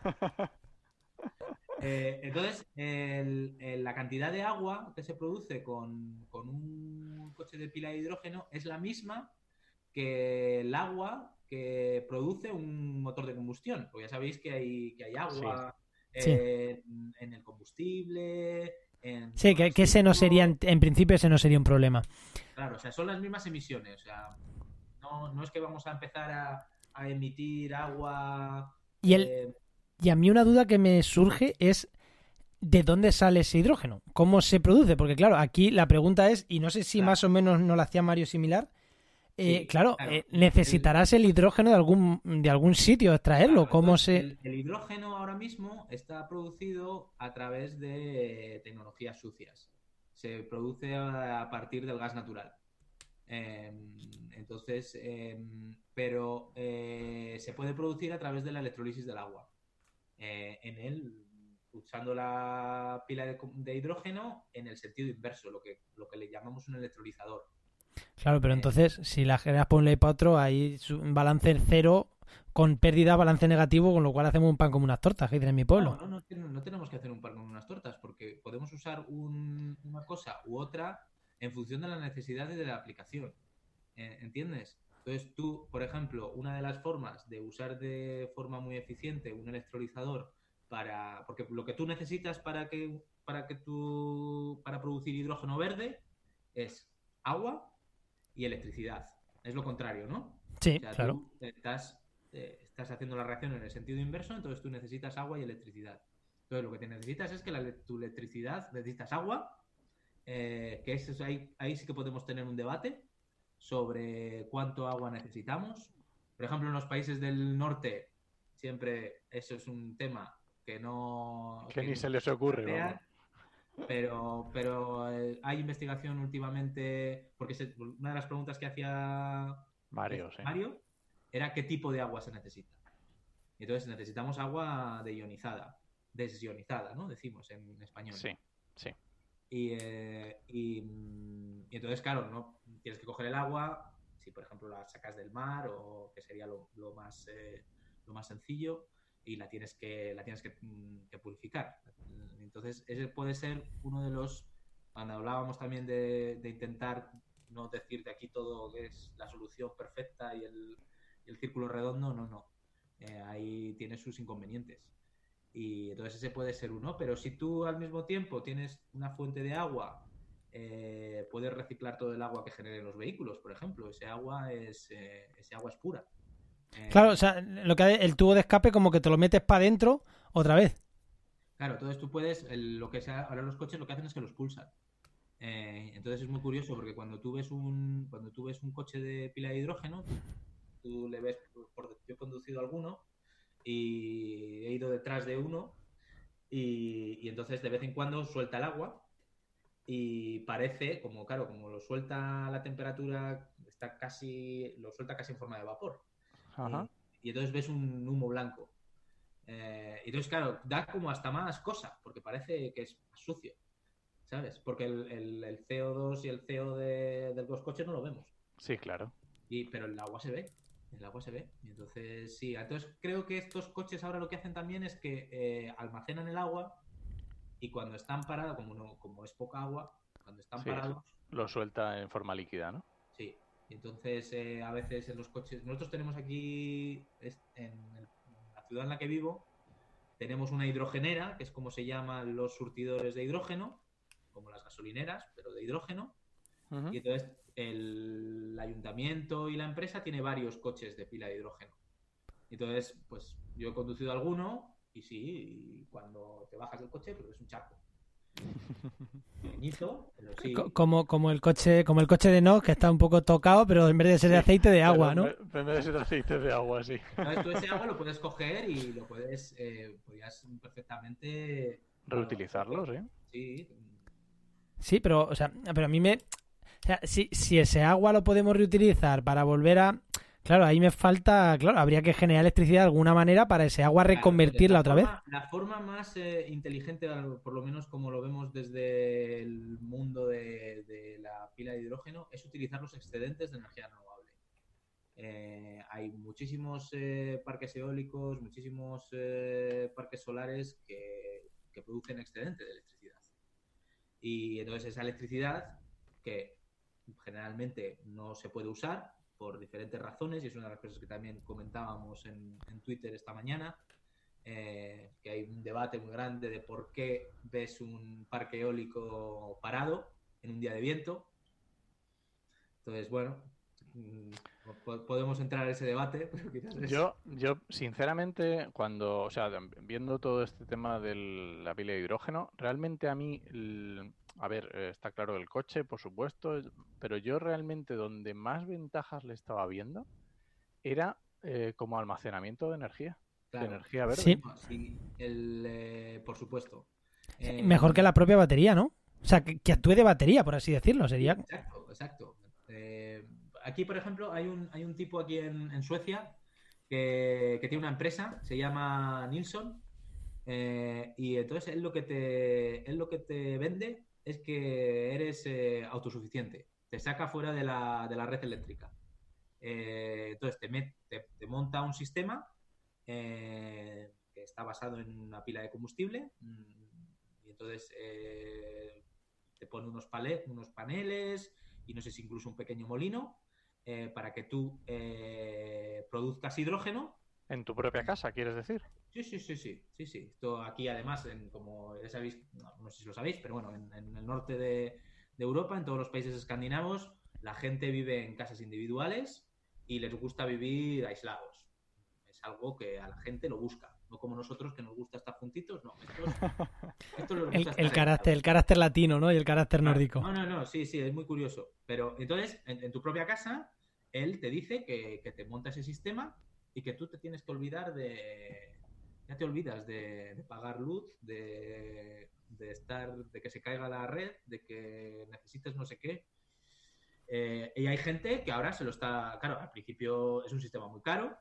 Entonces, la cantidad de agua que se produce con un coche de pila de hidrógeno es la misma que el agua que produce un motor de combustión. Porque ya sabéis que hay agua en el combustible. Sí, que ese no sería, en principio, ese no sería un problema. Claro, o sea, son las mismas emisiones. O sea, no es que vamos a empezar a emitir agua. Y a mí una duda que me surge es ¿de dónde sale ese hidrógeno? ¿Cómo se produce? Porque claro, aquí la pregunta es, y no sé si más o menos no lo hacía Mario similar, necesitarás el hidrógeno de algún sitio, extraerlo. ¿Cómo el hidrógeno ahora mismo está producido a través de tecnologías sucias. Se produce a partir del gas natural. Entonces, pero se puede producir a través de la electrólisis del agua. Usando la pila de hidrógeno en el sentido inverso, lo que le llamamos un electrolizador. Claro, pero entonces, si la generas por un lado y para otro, hay un balance cero con pérdida, balance negativo, con lo cual hacemos un pan como unas tortas, que dicen en mi pueblo. No tenemos que hacer un pan como unas tortas, porque podemos usar una cosa u otra en función de las necesidades de la aplicación. ¿Entiendes? Entonces tú, por ejemplo, una de las formas de usar de forma muy eficiente un electrolizador porque lo que tú necesitas para producir hidrógeno verde es agua y electricidad. Es lo contrario, ¿no? Sí, o sea, claro. Tú estás haciendo la reacción en el sentido inverso, entonces tú necesitas agua y electricidad. Entonces lo que te necesitas es que tu electricidad, necesitas agua, que ahí sí que podemos tener un debate sobre cuánto agua necesitamos. Por ejemplo, en los países del norte siempre eso es un tema que ni se les ocurre. Pero hay investigación últimamente, porque una de las preguntas que hacía Mario era qué tipo de agua se necesita. Y entonces necesitamos agua desionizada, ¿no? Decimos en español. Sí. Y entonces, claro, no tienes que coger el agua, si por ejemplo la sacas del mar, o que sería lo más sencillo, y la tienes que purificar. Entonces, ese puede ser uno de los, cuando hablábamos también de intentar no decir de aquí todo que es la solución perfecta y el círculo redondo, no. Ahí tiene sus inconvenientes. Y entonces ese puede ser uno, pero si tú al mismo tiempo tienes una fuente de agua, puedes reciclar todo el agua que generen los vehículos, por ejemplo. Ese agua es pura. Claro, o sea, el tubo de escape como que te lo metes para adentro otra vez. Claro, entonces tú puedes, ahora los coches lo que hacen es que los pulsan. Entonces es muy curioso porque cuando tú ves un coche de pila de hidrógeno, tú le ves, yo he conducido alguno y he ido detrás de uno y entonces de vez en cuando suelta el agua y parece, como lo suelta a la temperatura, lo suelta casi en forma de vapor. Ajá. Y entonces ves un humo blanco. Entonces, claro, da como hasta más cosa, porque parece que es más sucio, ¿sabes? Porque el CO2 y el CO de los coches no lo vemos. Sí, claro. Pero el agua se ve. Y entonces, sí. Entonces, creo que estos coches ahora lo que hacen también es que almacenan el agua y cuando están parados, como es poca agua, cuando están parados... Lo suelta en forma líquida, ¿no? Sí. Y entonces, a veces en los coches... Nosotros tenemos aquí, en la ciudad en la que vivo, tenemos una hidrogenera, que es como se llaman los surtidores de hidrógeno, como las gasolineras, pero de hidrógeno. Uh-huh. Y entonces el ayuntamiento y la empresa tiene varios coches de pila de hidrógeno. Entonces, pues yo he conducido alguno y cuando te bajas del coche, pues es un charco. Pequeñito, pero sí. Como el coche de Nox, que está un poco tocado, pero en vez de ser de aceite, de agua, ¿no? En vez de ser de aceite, de agua, sí. Entonces, tú ese agua lo puedes coger y lo podrías perfectamente reutilizarlo, sí. Sí. Sí, pero a mí me... O sea, si ese agua lo podemos reutilizar para volver a... Claro, ahí me falta... Claro, habría que generar electricidad de alguna manera para ese agua reconvertirla otra vez. La forma más inteligente, por lo menos como lo vemos desde el mundo de la pila de hidrógeno, es utilizar los excedentes de energía renovable. Hay muchísimos parques eólicos, muchísimos parques solares que producen excedente de electricidad. Y entonces esa electricidad, que generalmente no se puede usar por diferentes razones, y es una de las cosas que también comentábamos en Twitter esta mañana, que hay un debate muy grande de por qué ves un parque eólico parado en un día de viento. Entonces, bueno, podemos entrar a ese debate, pero quizás yo sinceramente, viendo todo este tema de la pila de hidrógeno, realmente a mí, a ver, está claro el coche, por supuesto, pero yo realmente donde más ventajas le estaba viendo era como almacenamiento de energía, claro, de energía verde. Sí, por supuesto. Mejor que la propia batería, ¿no? O sea, que actúe de batería, por así decirlo, sería... Exacto. Aquí, por ejemplo, hay un tipo aquí en Suecia que tiene una empresa, se llama Nilsson, y entonces él lo que te vende es que eres autosuficiente, te saca fuera de la red eléctrica. Entonces te monta un sistema que está basado en una pila de combustible, y entonces te pone unos paneles y no sé si incluso un pequeño molino para que tú produzcas hidrógeno. ¿En tu propia casa, quieres decir? Sí. Esto aquí, además, como ya sabéis, no sé si lo sabéis, pero bueno, en el norte de Europa, en todos los países escandinavos, la gente vive en casas individuales y les gusta vivir aislados. Es algo que a la gente lo busca, no como nosotros que nos gusta estar juntitos, no. Esto les gusta el carácter latino, ¿no? Y el carácter nórdico. No, sí, es muy curioso. Pero entonces, en tu propia casa, él te dice que te monta ese sistema y que tú te tienes que olvidar ya te olvidas de pagar luz, de que se caiga la red, de que necesites no sé qué. Y hay gente que ahora se lo está... Claro, al principio es un sistema muy caro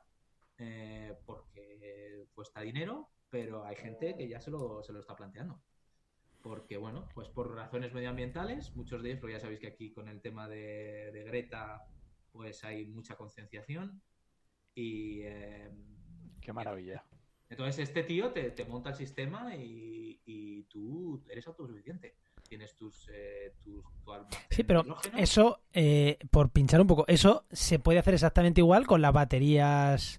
porque cuesta dinero, pero hay gente que ya se lo está planteando. Porque, bueno, pues por razones medioambientales, muchos de ellos, porque ya sabéis que aquí con el tema de Greta pues hay mucha concienciación y... Qué maravilla. Entonces este tío te monta el sistema y tú eres autosuficiente. Tienes tu almacén Sí, pero de hidrógeno. eso, por pinchar un poco, eso se puede hacer exactamente igual con las baterías.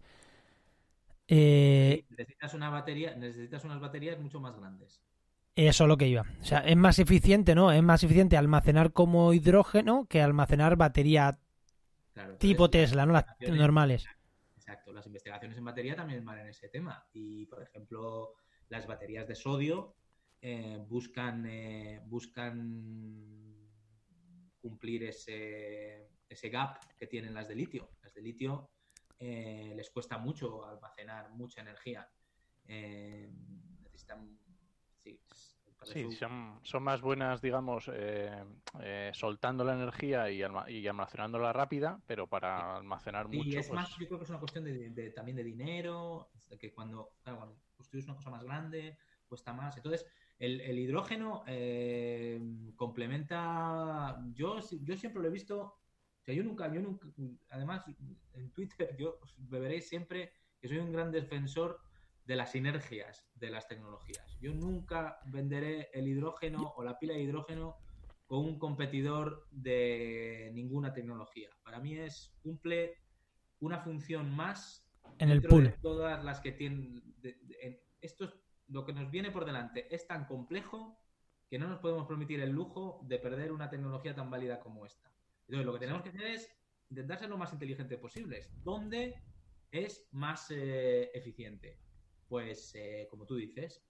Sí, necesitas unas baterías mucho más grandes. Eso es lo que iba. O sea, es más eficiente, ¿no? Es más eficiente almacenar como hidrógeno que almacenar batería Claro, tipo entonces, Tesla, ¿no? Las normales. Exacto, las investigaciones en batería también van en ese tema. Y, por ejemplo, las baterías de sodio buscan cumplir ese gap que tienen las de litio. Las de litio les cuesta mucho almacenar mucha energía. Necesitan... Sí, son más buenas, digamos, soltando la energía y almacenándola rápida, pero para almacenar mucho... Y es pues... más, yo creo que es una cuestión también de dinero, que cuando construyes una cosa más grande, cuesta más. Entonces, el hidrógeno complementa... Yo siempre lo he visto... O sea, yo nunca... Además, en Twitter me veréis siempre que soy un gran defensor de las sinergias de las tecnologías. Yo nunca venderé el hidrógeno o la pila de hidrógeno con un competidor de ninguna tecnología. Para mí cumple una función más en el dentro pool. de todas las que tienen. Lo que nos viene por delante es tan complejo que no nos podemos permitir el lujo de perder una tecnología tan válida como esta. Entonces, lo que tenemos que hacer es intentar ser lo más inteligente posible. ¿Dónde es más eficiente? Pues, como tú dices,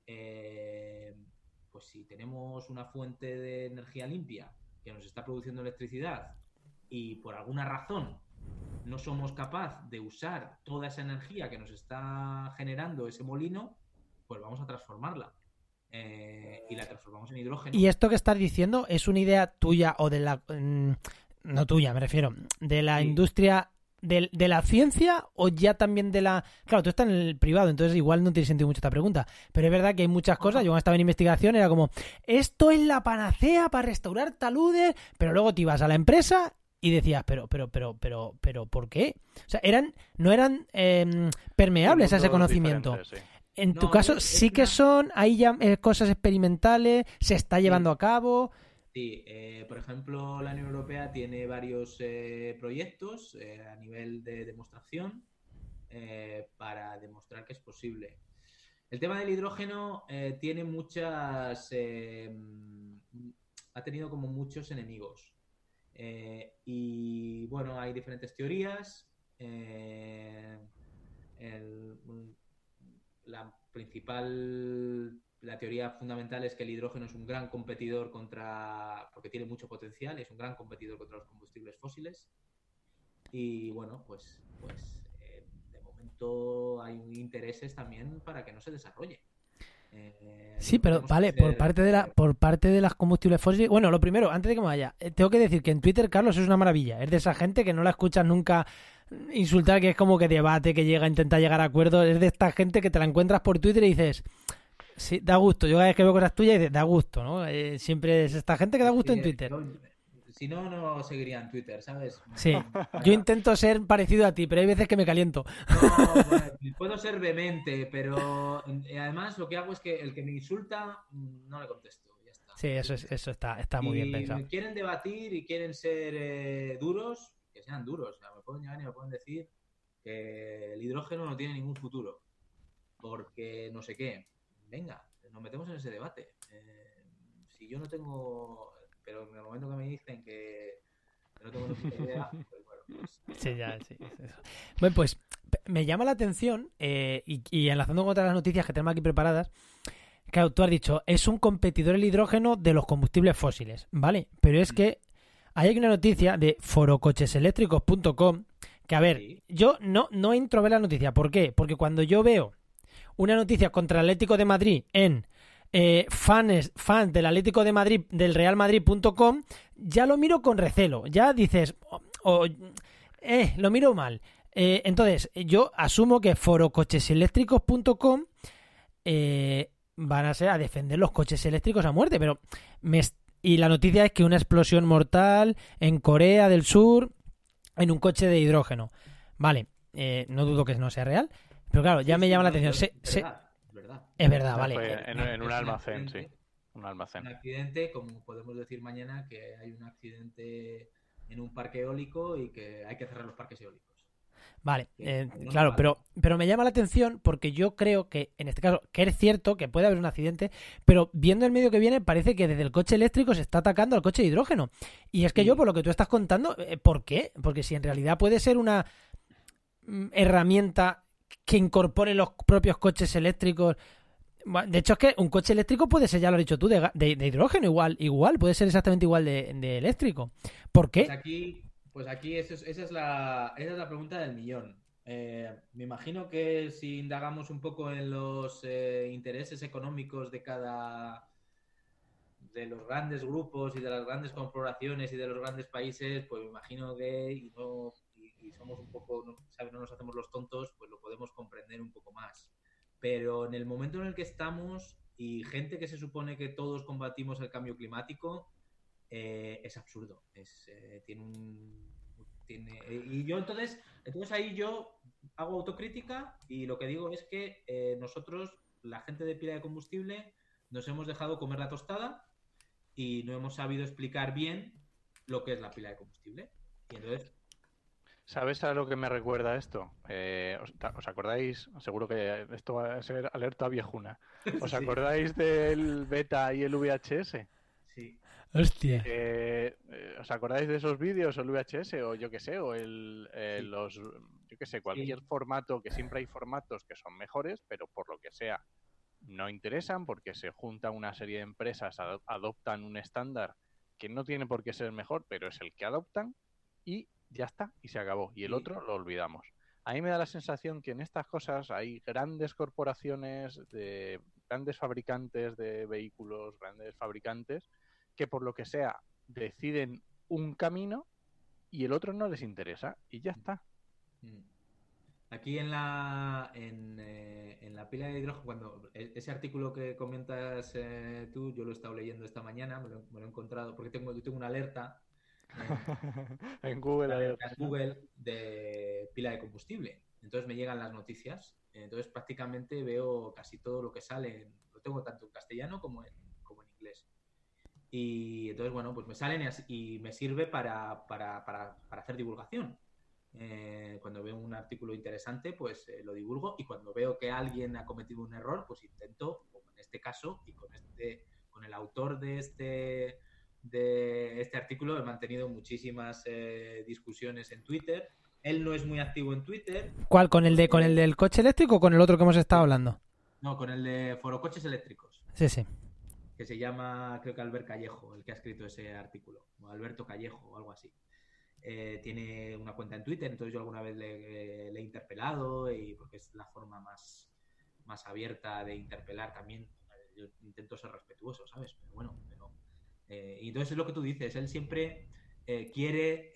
pues si tenemos una fuente de energía limpia que nos está produciendo electricidad y por alguna razón no somos capaces de usar toda esa energía que nos está generando ese molino, pues vamos a transformarla. Y la transformamos en hidrógeno. ¿Y esto que estás diciendo es una idea tuya o de la... no tuya, me refiero, de la industria... ¿De la ciencia o ya también de la...? Claro, tú estás en el privado, entonces igual no tiene sentido mucho esta pregunta. Pero es verdad que hay muchas cosas. Yo cuando estaba en investigación era como, esto es la panacea para restaurar taludes, pero luego te ibas a la empresa y decías, pero, ¿por qué? O sea, no eran permeables a ese conocimiento. Sí. En tu caso sí que son, hay ya cosas experimentales, se está llevando a cabo... Sí, por ejemplo, la Unión Europea tiene varios proyectos a nivel de demostración para demostrar que es posible. El tema del hidrógeno tiene ha tenido como muchos enemigos. Y bueno, hay diferentes teorías. La teoría fundamental es que el hidrógeno es un gran competidor porque tiene mucho potencial, es un gran competidor contra los combustibles fósiles. Y bueno, pues de momento hay intereses también para que no se desarrolle. Sí, pero vale, por parte de las combustibles fósiles... Bueno, lo primero, antes de que me vaya, tengo que decir que en Twitter, Carlos, es una maravilla. Es de esa gente que no la escuchas nunca insultar, que es como que debate, que intenta llegar a acuerdos. Es de esta gente que te la encuentras por Twitter y dices... Sí, da gusto. Yo cada vez que veo cosas tuyas dices, da gusto, ¿no? Siempre es esta gente que da gusto en Twitter. Si no, no seguiría en Twitter, ¿sabes? Sí, yo intento ser parecido a ti, pero hay veces que me caliento. No, bueno, puedo ser vehemente, pero además lo que hago es que el que me insulta no le contesto. Ya está. Sí, eso está muy bien pensado. Si quieren debatir y quieren ser duros, que sean duros. O sea, me pueden llegar y me pueden decir que el hidrógeno no tiene ningún futuro. Porque no sé qué. Venga, nos metemos en ese debate. Si yo no tengo... Pero en el momento que me dicen que no tengo ni idea, pues bueno, pues... Sí, ya, sí. Eso. Bueno, pues me llama la atención, y enlazando con otras noticias que tenemos aquí preparadas, claro, tú has dicho, es un competidor el hidrógeno de los combustibles fósiles, ¿vale? Pero es que hay aquí una noticia de forococheseléctricos.com que, a ver, yo no entro a ver la noticia. ¿Por qué? Porque cuando yo veo una noticia contra el Atlético de Madrid en fans del Atlético de Madrid, del Real Madrid.com, ya lo miro con recelo. Ya dices, lo miro mal. Entonces, yo asumo que forococheseléctricos.com van a ser a defender los coches eléctricos a muerte, pero y la noticia es que una explosión mortal en Corea del Sur en un coche de hidrógeno. Vale, no dudo que no sea real, pero claro, ya me llama la atención. Verdad. Es verdad, No, vale. fue en un Es almacén, sí. accidente. Un almacén. Un accidente, como podemos decir mañana, que hay un accidente en un parque eólico y que hay que cerrar los parques eólicos. Vale, No, claro, vale. pero me llama la atención porque yo creo que, en este caso, que es cierto que puede haber un accidente, pero viendo el medio que viene, parece que desde el coche eléctrico se está atacando al coche de hidrógeno. Y es que Sí. yo, por lo que tú estás contando, ¿por qué? Porque si en realidad puede ser una herramienta que incorpore los propios coches eléctricos. De hecho, es que un coche eléctrico puede ser, ya lo has dicho tú, de hidrógeno igual, puede ser exactamente igual de eléctrico. ¿Por qué? Pues aquí esa es la pregunta del millón. Me imagino que si indagamos un poco en los intereses económicos de los grandes grupos y de las grandes corporaciones y de los grandes países, pues me imagino que y somos un poco, ¿sabes? No nos hacemos los tontos, pues lo podemos comprender un poco más. Pero en el momento en el que estamos y gente que se supone que todos combatimos el cambio climático, es absurdo. Y yo entonces ahí yo hago autocrítica y lo que digo es que nosotros, la gente de pila de combustible, nos hemos dejado comer la tostada y no hemos sabido explicar bien lo que es la pila de combustible. Y entonces... ¿Sabes a lo que me recuerda esto? ¿Os acordáis? Seguro que esto va a ser alerta viejuna. ¿Os Sí. acordáis del beta y el VHS? Sí. Hostia. ¿Os acordáis de esos vídeos o el VHS o yo qué sé, o Sí. yo qué sé, cualquier formato, que siempre hay formatos que son mejores, pero por lo que sea no interesan porque se junta una serie de empresas, adoptan un estándar que no tiene por qué ser mejor, pero es el que adoptan y ya está, y se acabó. Y el Sí. otro lo olvidamos. A mí me da la sensación que en estas cosas hay grandes corporaciones, grandes fabricantes de vehículos, grandes fabricantes, que por lo que sea deciden un camino y el otro no les interesa y ya está. Aquí en la pila de hidrógeno, cuando ese artículo que comentas tú, yo lo he estado leyendo esta mañana, me lo he encontrado, porque yo tengo una alerta en Google, de pila de combustible. Entonces me llegan las noticias. Entonces prácticamente veo casi todo lo que sale. Lo tengo tanto en castellano como en inglés. Y entonces, bueno, pues me salen y me sirve para hacer divulgación. Cuando veo un artículo interesante, pues lo divulgo. Y cuando veo que alguien ha cometido un error, pues intento, como en este caso, y con el autor de este artículo he mantenido muchísimas discusiones en Twitter. Él no es muy activo en Twitter. ¿Cuál? ¿Con el del coche eléctrico o con el otro que hemos estado hablando? No, con el de Forocoches Eléctricos. Sí. Que se llama, creo que Albert Callejo, el que ha escrito ese artículo. O Alberto Callejo o algo así. Tiene una cuenta en Twitter, entonces yo alguna vez le he interpelado, porque es la forma más abierta de interpelar también. Yo intento ser respetuoso, ¿sabes? Pero bueno, y entonces es lo que tú dices, él siempre quiere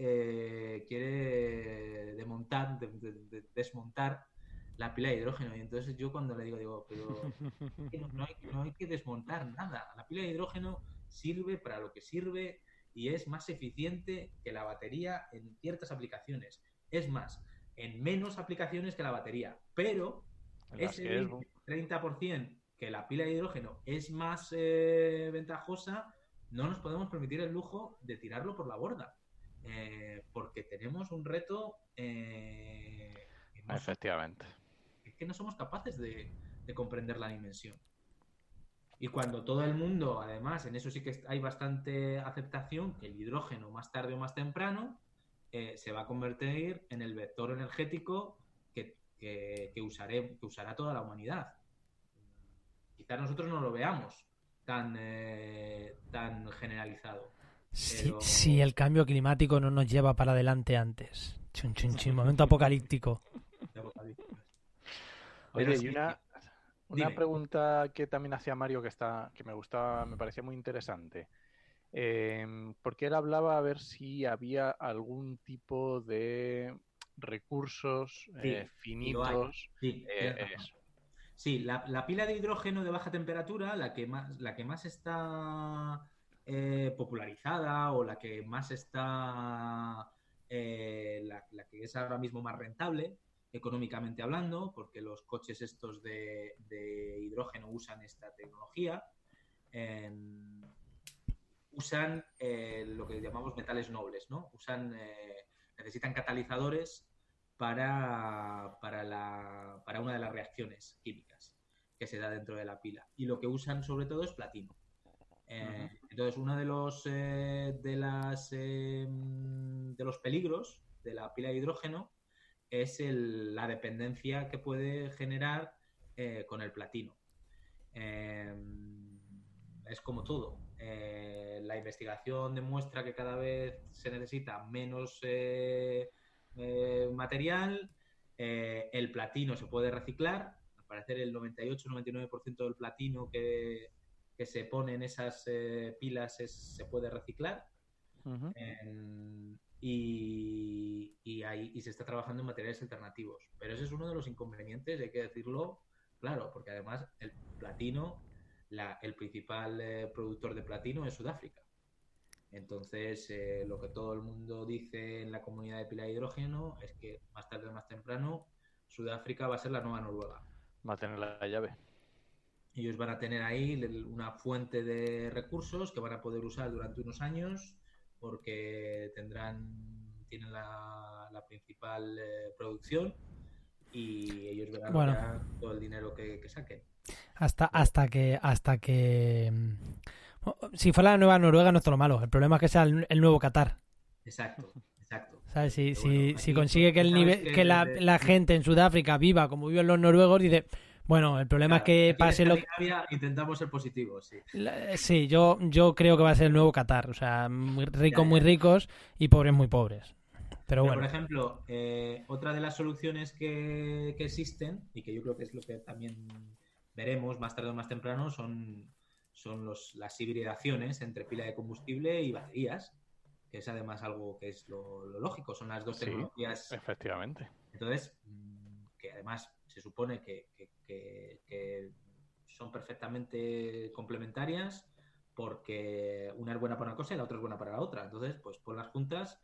desmontar la pila de hidrógeno, y entonces yo cuando le digo, pero no hay que desmontar nada, la pila de hidrógeno sirve para lo que sirve y es más eficiente que la batería en ciertas aplicaciones, es más, en menos aplicaciones que la batería, pero ese 30% que la pila de hidrógeno es más ventajosa, no nos podemos permitir el lujo de tirarlo por la borda, porque tenemos un reto efectivamente. Es que no somos capaces de comprender la dimensión. Y cuando todo el mundo, además, en eso sí que hay bastante aceptación, que el hidrógeno más tarde o más temprano se va a convertir en el vector energético que usará toda la humanidad. Quizás nosotros no lo veamos tan generalizado. Pero... Si el cambio climático no nos lleva para adelante antes. Momento apocalíptico. Oye, y una pregunta que también hacía Mario que me gustaba, me parecía muy interesante. Porque él hablaba a ver si había algún tipo de recursos finitos. Sí, la pila de hidrógeno de baja temperatura, la que más está popularizada o la que más está la que es ahora mismo más rentable, económicamente hablando, porque los coches estos de hidrógeno usan esta tecnología. Usan lo que llamamos metales nobles, ¿no? Necesitan catalizadores para una de las reacciones químicas que se da dentro de la pila. Y lo que usan sobre todo es platino. Entonces, uno de los peligros de la pila de hidrógeno es la dependencia que puede generar con el platino. Es como todo. La investigación demuestra que cada vez se necesita menos material. El platino se puede reciclar. Al parecer el 98-99% del platino que se pone en esas pilas se puede reciclar. Y se está trabajando en materiales alternativos. Pero ese es uno de los inconvenientes, hay que decirlo claro, porque además el platino, el principal productor de platino es Sudáfrica. Entonces, lo que todo el mundo dice en la comunidad de pila de hidrógeno es que más tarde o más temprano Sudáfrica va a ser la nueva Noruega. Va a tener la llave. Ellos van a tener ahí una fuente de recursos que van a poder usar durante unos años porque tienen la principal producción y ellos verán todo el dinero que saquen. Hasta que si fuera la nueva Noruega no es todo lo malo. El problema es que sea el nuevo Qatar. Exacto. ¿Sabes? Si consigue que la gente en Sudáfrica viva como viven los noruegos, dice, bueno, el problema es que pase lo que... Intentamos ser positivos, sí. Sí, yo creo que va a ser el nuevo Qatar. O sea, muy ricos, muy ricos y pobres, muy pobres. Pero bueno. Por ejemplo, otra de las soluciones que existen y que yo creo que es lo que también veremos más tarde o más temprano son las hibridaciones entre pila de combustible y baterías, que es además algo que es lo lógico, son las dos tecnologías. Efectivamente. Entonces, que además se supone que son perfectamente complementarias porque una es buena para una cosa y la otra es buena para la otra. Entonces, pues ponlas juntas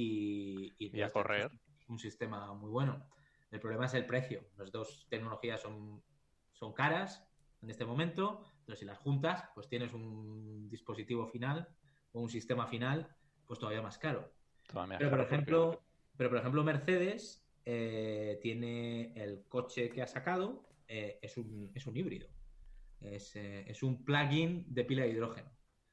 y a correr. Un sistema muy bueno. El problema es el precio. Las dos tecnologías son caras en este momento, entonces si las juntas, pues tienes un dispositivo final o un sistema final pues todavía más caro. Pero por ejemplo Mercedes tiene el coche que ha sacado, es un híbrido, es un plug-in de pila de hidrógeno.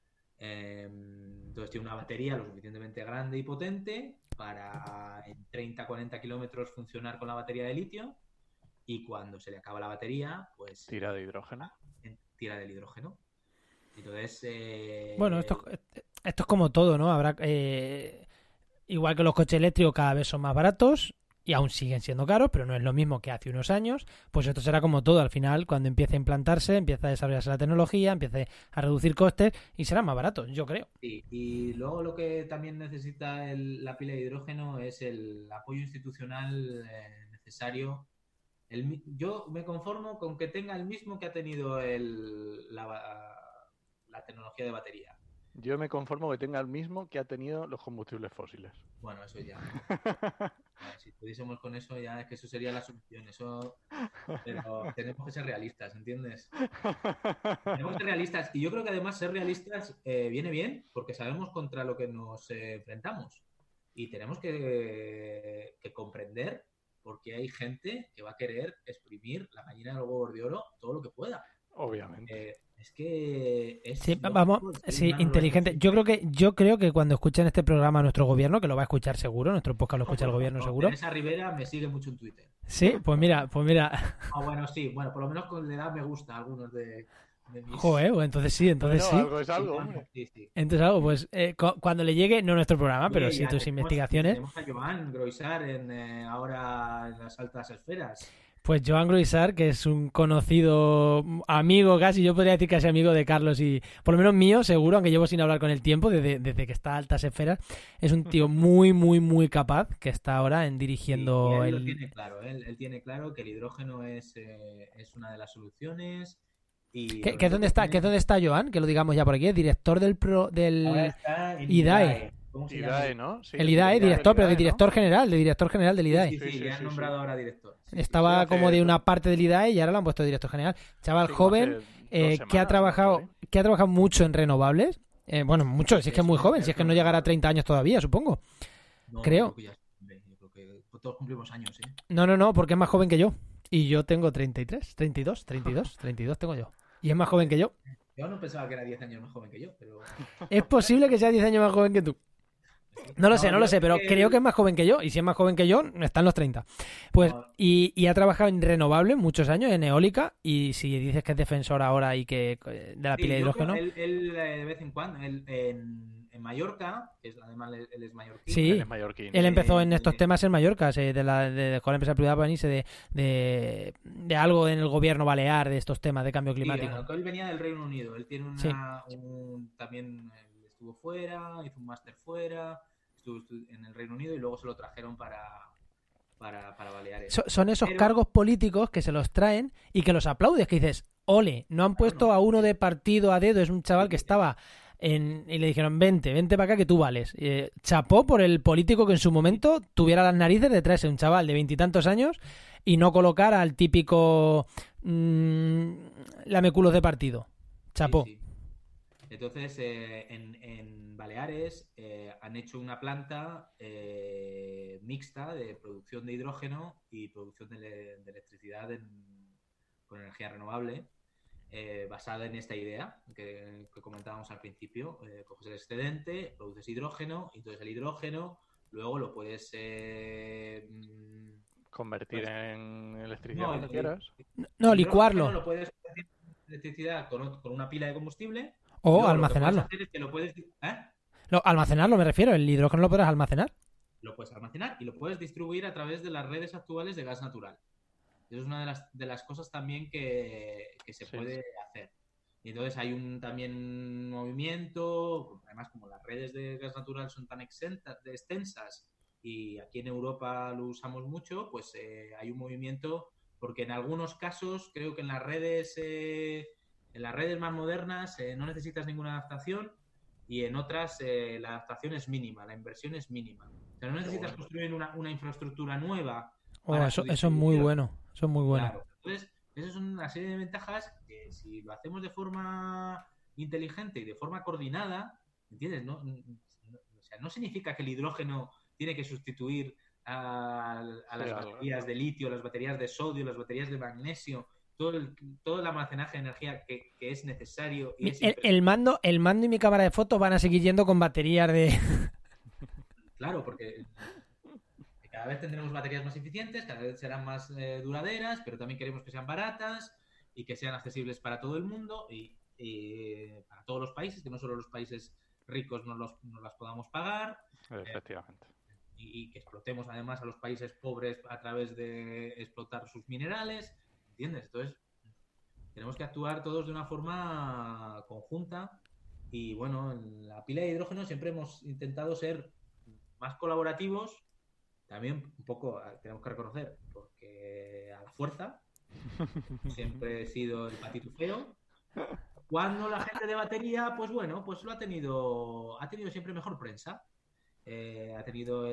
Entonces tiene una batería lo suficientemente grande y potente para en 30-40 kilómetros funcionar con la batería de litio, y cuando se le acaba la batería, pues tira de hidrógeno. Tira del hidrógeno. Entonces bueno, esto es como todo, ¿no? Habrá igual que los coches eléctricos cada vez son más baratos y aún siguen siendo caros, pero no es lo mismo que hace unos años. Pues esto será como todo, al final cuando empiece a implantarse, empieza a desarrollarse la tecnología, empiece a reducir costes y será más barato, yo creo. Sí, y luego lo que también necesita la pila de hidrógeno es el apoyo institucional necesario. Yo me conformo con que tenga el mismo que ha tenido la tecnología de batería. Yo me conformo que tenga el mismo que ha tenido los combustibles fósiles. Bueno, eso ya. Si pudiésemos con eso, ya es que eso sería la solución. Pero tenemos que ser realistas, ¿entiendes? Tenemos que ser realistas. Y yo creo que además ser realistas viene bien porque sabemos contra lo que nos enfrentamos. Y tenemos que comprender porque hay gente que va a querer exprimir la gallina de los huevos de oro todo lo que pueda. Obviamente. Es que es inteligente. Yo creo que cuando escuchen este programa nuestro gobierno, que lo va a escuchar seguro, nuestro podcast lo escucha el gobierno seguro. Teresa Rivera me sigue mucho en Twitter. Sí, pues mira. Bueno, sí, por lo menos le da me gusta a algunos de mis... Joder, entonces sí. Algo es algo, hombre. Sí. Entonces algo, pues cuando le llegue, no nuestro programa, pero sí tus investigaciones. Tenemos a Joan Groisar ahora en las altas esferas. Pues Joan Groisar, que es un conocido amigo casi, yo podría decir casi amigo de Carlos y por lo menos mío, seguro, aunque llevo sin hablar con el tiempo, desde que está a altas esferas, es un tío muy, muy, muy capaz que está ahora dirigiendo... Sí, él lo tiene claro, él tiene claro que el hidrógeno es una de las soluciones. ¿Qué es dónde está Joan? Que lo digamos ya por aquí, es director del ahora está en IDAE. ¿Cómo se IDAE, llama? ¿no? Sí, El IDAE, director, pero de IDAE, ¿no? director general del IDAE. Sí, Sí, le han sí, nombrado ahora director. Sí, Estaba hace como de dos- una parte del IDAE y ahora lo han puesto de director general. Chaval Sí, como joven hace 2 que ha semanas, trabajado ¿no? que ha trabajado mucho en renovables. Bueno, mucho, si es que es muy joven, si es que no llegará a 30 años todavía, supongo. No, creo. Yo creo que todos cumplimos años, ¿eh? No, porque es más joven que yo. Y yo tengo 33, 32 tengo yo. Y es más joven que yo. Yo no pensaba que era 10 años más joven que yo, pero... Es posible que sea 10 años más joven que tú. No lo sé, pero creo que es más joven que yo. Y si es más joven que yo, está en los 30. Pues, No. y ha trabajado en renovables muchos años, en eólica. Y si dices que es defensor ahora y que de la pila de yo creo hidrógeno. él, de vez en cuando, en Mallorca, que es, además él es mallorquín. Sí. Él es mallorquín. Él empezó en estos temas en Mallorca, dejó la empresa privada para venirse de algo en el gobierno balear, de estos temas de cambio climático. Bueno, él venía del Reino Unido. Él tiene Sí. también estuvo fuera, hizo un máster fuera, estuvo en el Reino Unido y luego se lo trajeron para Baleares. Son esos Pero- cargos políticos que se los traen y que los aplaudes, que dices, ole, no han puesto a uno de partido a dedo, es un chaval que estaba y le dijeron, vente para acá que tú vales. Chapó por el político que en su momento tuviera las narices de traerse un chaval de 20 y tantos años y no colocar al típico lameculos de partido. Chapó. Sí, sí. Entonces, en Baleares han hecho una planta mixta de producción de hidrógeno y producción de electricidad con energía renovable, basada en esta idea que comentábamos al principio. Coges el excedente, produces hidrógeno, y entonces el hidrógeno luego lo puedes... Convertir pues- en electricidad No, cuando quieras. No, el licuarlo hidrógeno lo puedes convertir en electricidad con una pila de combustible. o Luego almacenarlo. Lo que puedes hacer es que lo puedes... Almacenarlo me refiero, el hidrógeno lo podrás almacenar. Lo puedes almacenar y lo puedes distribuir a través de las redes actuales de gas natural. Eso es una de las cosas también que se Sí. puede hacer. Y entonces hay también movimiento, además como las redes de gas natural son tan extensas y aquí en Europa lo usamos mucho, pues hay un movimiento, porque en algunos casos creo que en las redes más modernas no necesitas ninguna adaptación, y en otras la adaptación es mínima, la inversión es mínima. O sea, no necesitas bueno. construir una infraestructura nueva. Eso es muy bueno. Eso es muy bueno. Claro. Entonces, esas son una serie de ventajas que si lo hacemos de forma inteligente y de forma coordinada, ¿entiendes? O sea, no significa que el hidrógeno tiene que sustituir a las baterías de litio, las baterías de sodio, las baterías de magnesio, todo el almacenaje de energía que es necesario. Y el mando y mi cámara de fotos van a seguir yendo con baterías de... Claro, porque cada vez tendremos baterías más eficientes, cada vez serán más duraderas, pero también queremos que sean baratas y que sean accesibles para todo el mundo y para todos los países, que no solo los países ricos no las podamos pagar. Efectivamente. Y que explotemos además a los países pobres a través de explotar sus minerales, ¿entiendes? Entonces, tenemos que actuar todos de una forma conjunta y bueno, en la pila de hidrógeno siempre hemos intentado ser más colaborativos, también un poco tenemos que reconocer, porque a la fuerza siempre he sido el patito feo. Cuando la gente de batería, pues bueno, pues ha tenido siempre mejor prensa. Ha tenido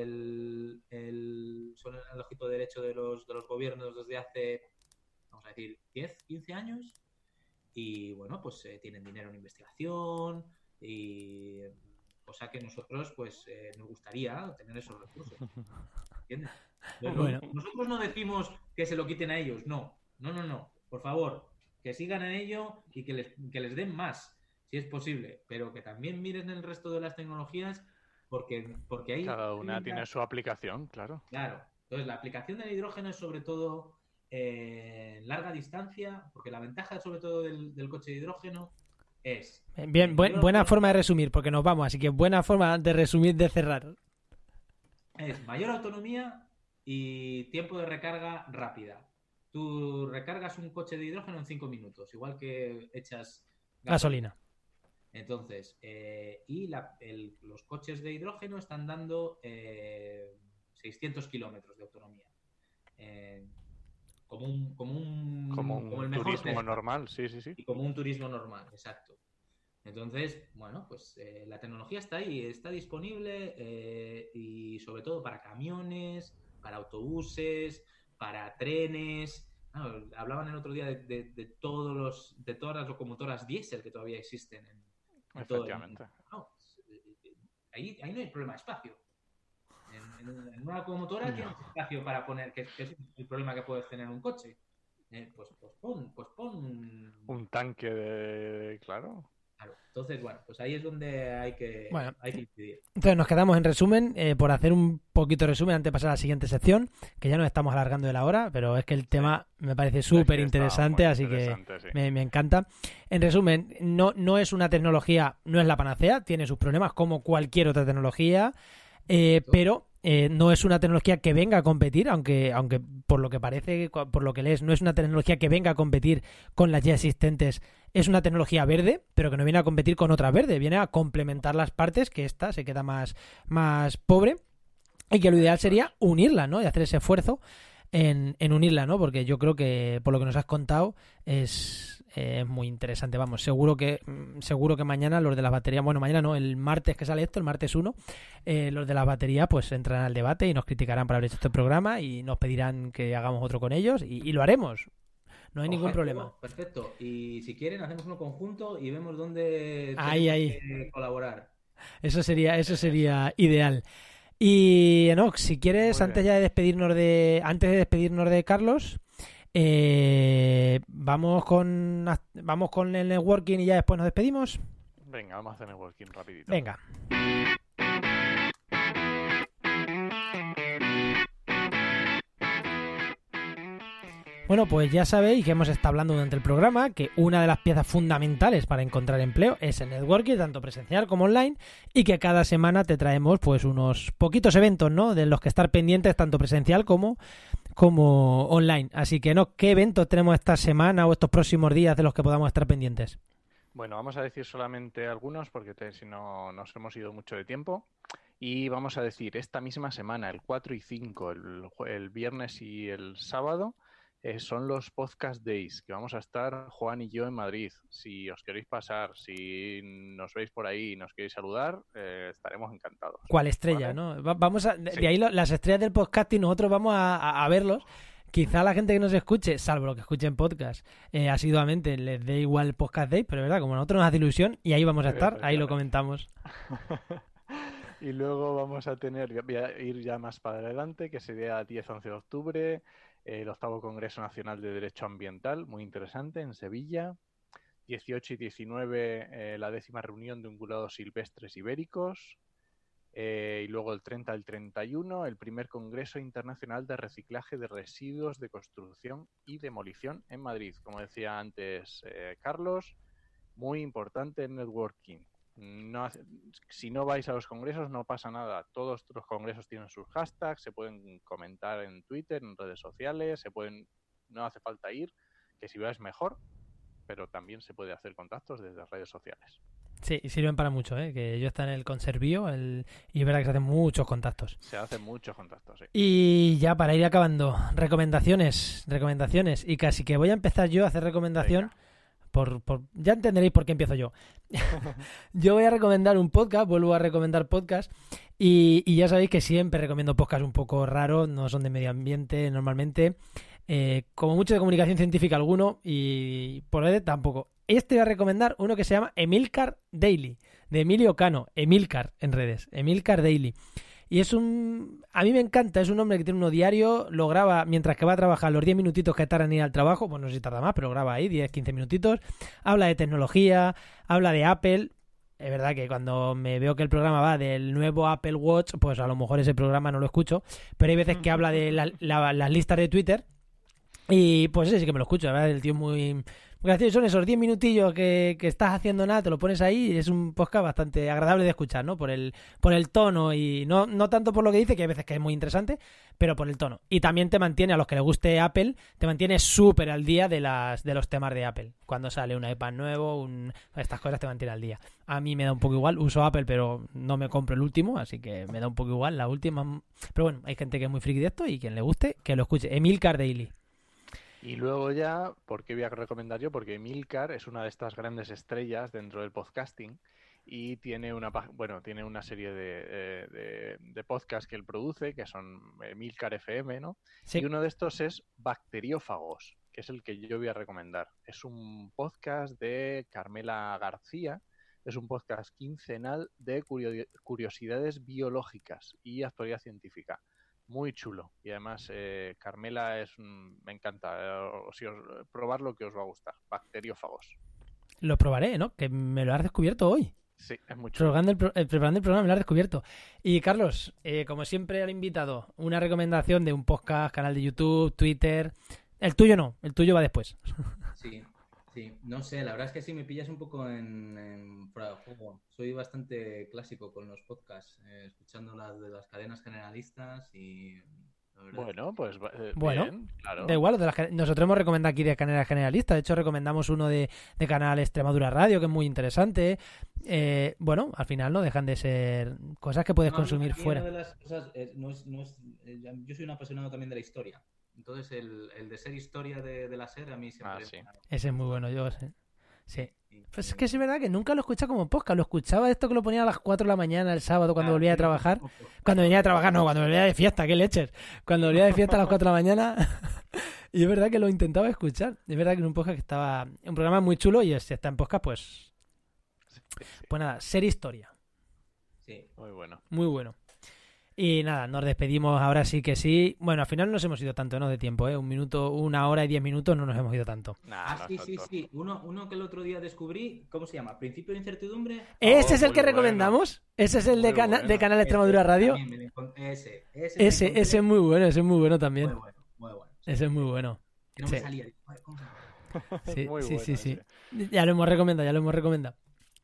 son el ojito derecho de los gobiernos desde hace, vamos a decir, 10, 15 años. Y bueno, pues tienen dinero en investigación y cosa que nosotros pues nos gustaría tener esos recursos. ¿Entiendes? Bueno. Nosotros no decimos que se lo quiten a ellos, no. Por favor, que sigan en ello y que les den más, si es posible, pero que también miren el resto de las tecnologías, porque hay... Cada una tiene su aplicación, claro. Claro. Entonces, la aplicación del hidrógeno es sobre todo larga distancia, porque la ventaja sobre todo del coche de hidrógeno es... Bien, buena forma de resumir, porque nos vamos, así que buena forma de resumir, de cerrar. Es mayor autonomía y tiempo de recarga rápida. Tú recargas un coche de hidrógeno en 5 minutos, igual que echas gasolina. Entonces, los coches de hidrógeno están dando 600 kilómetros de autonomía. Como un el mejor turismo Tesla. normal, sí. Y como un turismo normal, exacto. Entonces, bueno, pues la tecnología está ahí, está disponible y sobre todo para camiones, para autobuses, para trenes. Hablaban el otro día de todas las locomotoras diésel que todavía existen en todo el mundo. Ahí no hay problema de espacio. En una locomotora tienes espacio para poner, que es el problema que puedes tener en un coche. Pues pon un tanque claro. Entonces, bueno, pues ahí es donde hay que incidir. Entonces nos quedamos en resumen, por hacer un poquito de resumen antes de pasar a la siguiente sección, que ya nos estamos alargando de la hora, pero es que el tema me parece súper interesante, así que me encanta. En resumen, no es una tecnología, no es la panacea, tiene sus problemas como cualquier otra tecnología, pero no es una tecnología que venga a competir, aunque por lo que parece, por lo que lees, no es una tecnología que venga a competir con las ya existentes. Es una tecnología verde, pero que no viene a competir con otras verdes, viene a complementar las partes, que esta se queda más pobre, y que lo ideal sería unirla, ¿no? Y hacer ese esfuerzo en unirla, ¿no? Porque yo creo que, por lo que nos has contado, es muy interesante. Vamos, seguro que mañana los de las baterías, bueno, mañana no, el martes que sale esto, el martes 1, los de las baterías pues entrarán al debate y nos criticarán por haber hecho este programa y nos pedirán que hagamos otro con ellos y lo haremos. No hay ningún problema. Perfecto. Y si quieren, hacemos uno conjunto y vemos dónde que colaborar. Eso sería ideal. Y Enoch, si quieres, antes de despedirnos de Carlos, vamos con el networking y ya después nos despedimos. Venga, vamos a hacer networking rapidito. Venga. Bueno, pues ya sabéis que hemos estado hablando durante el programa que una de las piezas fundamentales para encontrar empleo es el networking, tanto presencial como online, y que cada semana te traemos pues unos poquitos eventos, ¿no? De los que estar pendientes tanto presencial como online. Así que, ¿no? ¿Qué eventos tenemos esta semana o estos próximos días de los que podamos estar pendientes? Bueno, vamos a decir solamente algunos porque si no nos hemos ido mucho de tiempo. Y vamos a decir esta misma semana, el 4 y 5, el viernes y el sábado, son los Podcast Days, que vamos a estar Juan y yo en Madrid. Si os queréis pasar, si nos veis por ahí y nos queréis saludar, estaremos encallados. ¿Cuál estrella, ¿vale? ¿No? Vamos a, de ahí las estrellas del podcasting, nosotros vamos a verlos. Quizá la gente que nos escuche, salvo los que escuchen podcast, asiduamente les dé igual el Podcast Day, pero es verdad, como a nosotros nos hace ilusión y ahí vamos a estar, ahí lo comentamos. Y luego vamos a voy a ir ya más para adelante, que sería 10-11 de octubre, el 8º Congreso Nacional de Derecho Ambiental, muy interesante, en Sevilla. 18 y 19, la 10ª reunión de ungulados silvestres ibéricos. Y luego el 30 al 31, el primer Congreso Internacional de Reciclaje de Residuos de Construcción y Demolición en Madrid. Como decía antes Carlos, muy importante el networking. Si no vais a los congresos no pasa nada. Todos los congresos tienen sus hashtags, se pueden comentar en Twitter, en redes sociales, no hace falta ir, que si vais mejor, pero también se puede hacer contactos desde redes sociales. Sí, y sirven para mucho, que yo estoy en el Conservío y es verdad que se hacen muchos contactos. Se hacen muchos contactos, sí. Y ya para ir acabando, recomendaciones, y casi que voy a empezar yo a hacer recomendación. Ya entenderéis por qué empiezo yo. Yo voy a recomendar un podcast, vuelvo a recomendar podcast y ya sabéis que siempre recomiendo podcasts un poco raros, no son de medio ambiente normalmente, como mucho de comunicación científica alguno y por él tampoco. Voy a recomendar uno que se llama Emilcar Daily, de Emilio Cano, Emilcar en redes, Emilcar Daily. Y a mí me encanta, es un hombre que tiene uno diario, lo graba mientras que va a trabajar los 10 minutitos que tardan en ir al trabajo, pues no sé si tarda más, pero graba ahí 10-15 minutitos, habla de tecnología, habla de Apple. Es verdad que cuando me veo que el programa va del nuevo Apple Watch, pues a lo mejor ese programa no lo escucho, pero hay veces que habla de las listas de Twitter y pues ese sí que me lo escucho, la verdad, el tío es muy gracioso. Son esos 10 minutillos que estás haciendo nada, te lo pones ahí y es un podcast bastante agradable de escuchar, ¿no? Por el tono y no tanto por lo que dice, que hay veces que es muy interesante, pero por el tono. Y también te mantiene, a los que les guste Apple, te mantiene súper al día de los temas de Apple. Cuando sale un iPad nuevo, estas cosas te mantiene al día. A mí me da un poco igual, uso Apple, pero no me compro el último, así que me da un poco igual la última. Pero bueno, hay gente que es muy friki de esto y quien le guste, que lo escuche. Emilcar Daily. Y luego ya, ¿por qué voy a recomendar yo? Porque Emilcar es una de estas grandes estrellas dentro del podcasting y tiene tiene una serie de podcasts que él produce, que son Emilcar FM, ¿no? Sí. Y uno de estos es Bacteriófagos, que es el que yo voy a recomendar. Es un podcast de Carmela García, es un podcast quincenal de curiosidades biológicas y actualidad científica. Muy chulo. Y además, Carmela me encanta. Probar lo que os va a gustar. Bacteriófagos. Lo probaré, ¿no? Que me lo has descubierto hoy. Sí, es muy chulo. Preparando el programa me lo has descubierto. Y Carlos, como siempre al invitado, una recomendación de un podcast, canal de YouTube, Twitter. El tuyo no, el tuyo va después. Sí. No sé, la verdad es que sí me pillas un poco en fuera de juego. Soy bastante clásico con los podcasts, escuchando las de las cadenas generalistas y... Bueno, pues bueno, bien, claro. Da igual, nosotros hemos recomendado aquí de Canal Generalista. De hecho, recomendamos uno de Canal Extremadura Radio, que es muy interesante. Bueno, al final no dejan de ser cosas que puedes consumir fuera. Una de las cosas yo soy un apasionado también de la historia. Entonces, el de ser historia de la SER a mí siempre... Sí. Ese es muy bueno, yo sé. Sí. Pues es que es verdad que nunca lo escuchaba como podcast. Lo escuchaba esto que lo ponía a las 4 de la mañana el sábado cuando volvía a trabajar. Cuando venía a trabajar, no, cuando volvía de fiesta, qué leches. Cuando volvía de fiesta a las 4 de la mañana. Y es verdad que lo intentaba escuchar. Es verdad que en un podcast que estaba... Un programa muy chulo y si está en podcast, pues... Pues nada, ser historia. Sí. Muy bueno. Muy bueno. Y nada, nos despedimos ahora sí que sí. Bueno, al final no nos hemos ido tanto, ¿no? De tiempo, ¿eh? 1 hora y 10 minutos no nos hemos ido tanto. Sí. Uno que el otro día descubrí, ¿cómo se llama? ¿Principio de incertidumbre? ¿Ese es el que recomendamos? ¿Ese es el de Canal Extremadura Radio? Ese es muy bueno, ese es muy bueno también. Muy bueno. Ese es muy bueno. Que no me salía. ¿Cómo se llama? Sí. Ya lo hemos recomendado.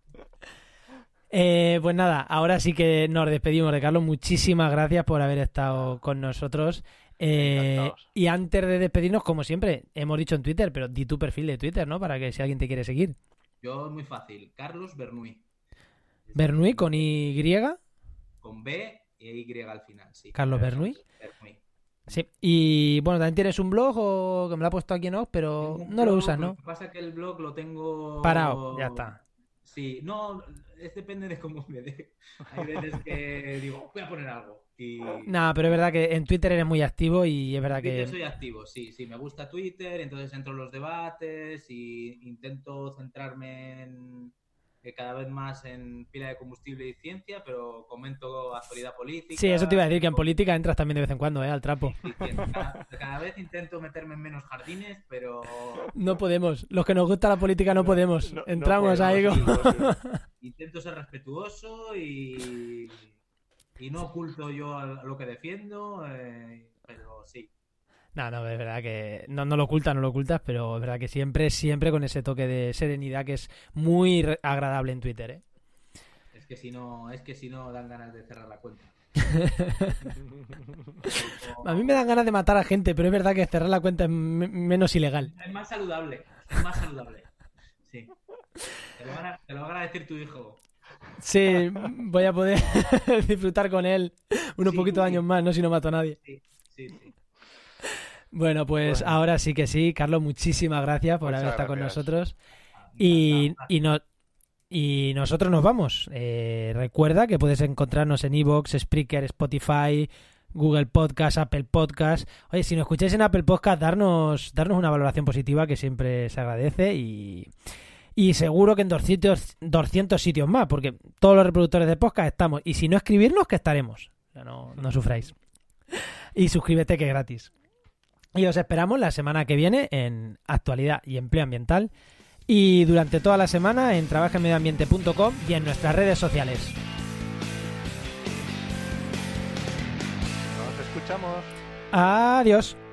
Pues nada, ahora sí que nos despedimos de Carlos. Muchísimas gracias por haber estado con nosotros. Y antes de despedirnos, como siempre, hemos dicho en Twitter, pero di tu perfil de Twitter, ¿no? Para que si alguien te quiere seguir. Yo, muy fácil. Carlos Bernuy. ¿Bernuy con Y? Con B y Y al final, sí. ¿Carlos Bernuy? Sí. Y bueno, ¿también tienes un blog o que me lo ha puesto aquí en off, pero no lo usas, ¿no? Lo que pasa es que el blog lo tengo... Parado, ya está. Sí, no, depende de cómo me dé. Hay veces que digo, voy a poner algo. No, pero es verdad que en Twitter eres muy activo y es verdad que... soy activo, sí, me gusta Twitter, entonces entro en los debates y intento centrarme cada vez más en pila de combustible y ciencia, pero comento actualidad política. Sí, eso te iba a decir, que en política entras también de vez en cuando, al trapo. Sí, cada vez intento meterme en menos jardines, pero... No podemos, los que nos gusta la política no podemos. Entramos ahí. Intento ser respetuoso y no oculto yo lo que defiendo, pero sí. No, es verdad que no lo ocultas, pero es verdad que siempre con ese toque de serenidad que es muy agradable en Twitter, ¿eh? Es que si no dan ganas de cerrar la cuenta. A mí me dan ganas de matar a gente, pero es verdad que cerrar la cuenta es menos ilegal. Es más saludable. Sí. Te lo va a agradecer tu hijo. Sí, voy a poder disfrutar con él unos poquitos años más, ¿no? Si no mato a nadie. Sí. Bueno, pues ahora sí que sí. Carlos, muchísimas gracias por haber estado con nosotros. Y nosotros nos vamos. Recuerda que puedes encontrarnos en iVoox, Spreaker, Spotify, Google Podcast, Apple Podcast. Oye, si nos escucháis en Apple Podcast, darnos una valoración positiva, que siempre se agradece. Y seguro que en 200 sitios más, porque todos los reproductores de podcast estamos. Y si no, escribirnos, que estaremos. No sufráis. Y suscríbete, que es gratis. Y os esperamos la semana que viene en Actualidad y Empleo Ambiental. Y durante toda la semana en trabajenmedioambiente.com y en nuestras redes sociales. Nos escuchamos. Adiós.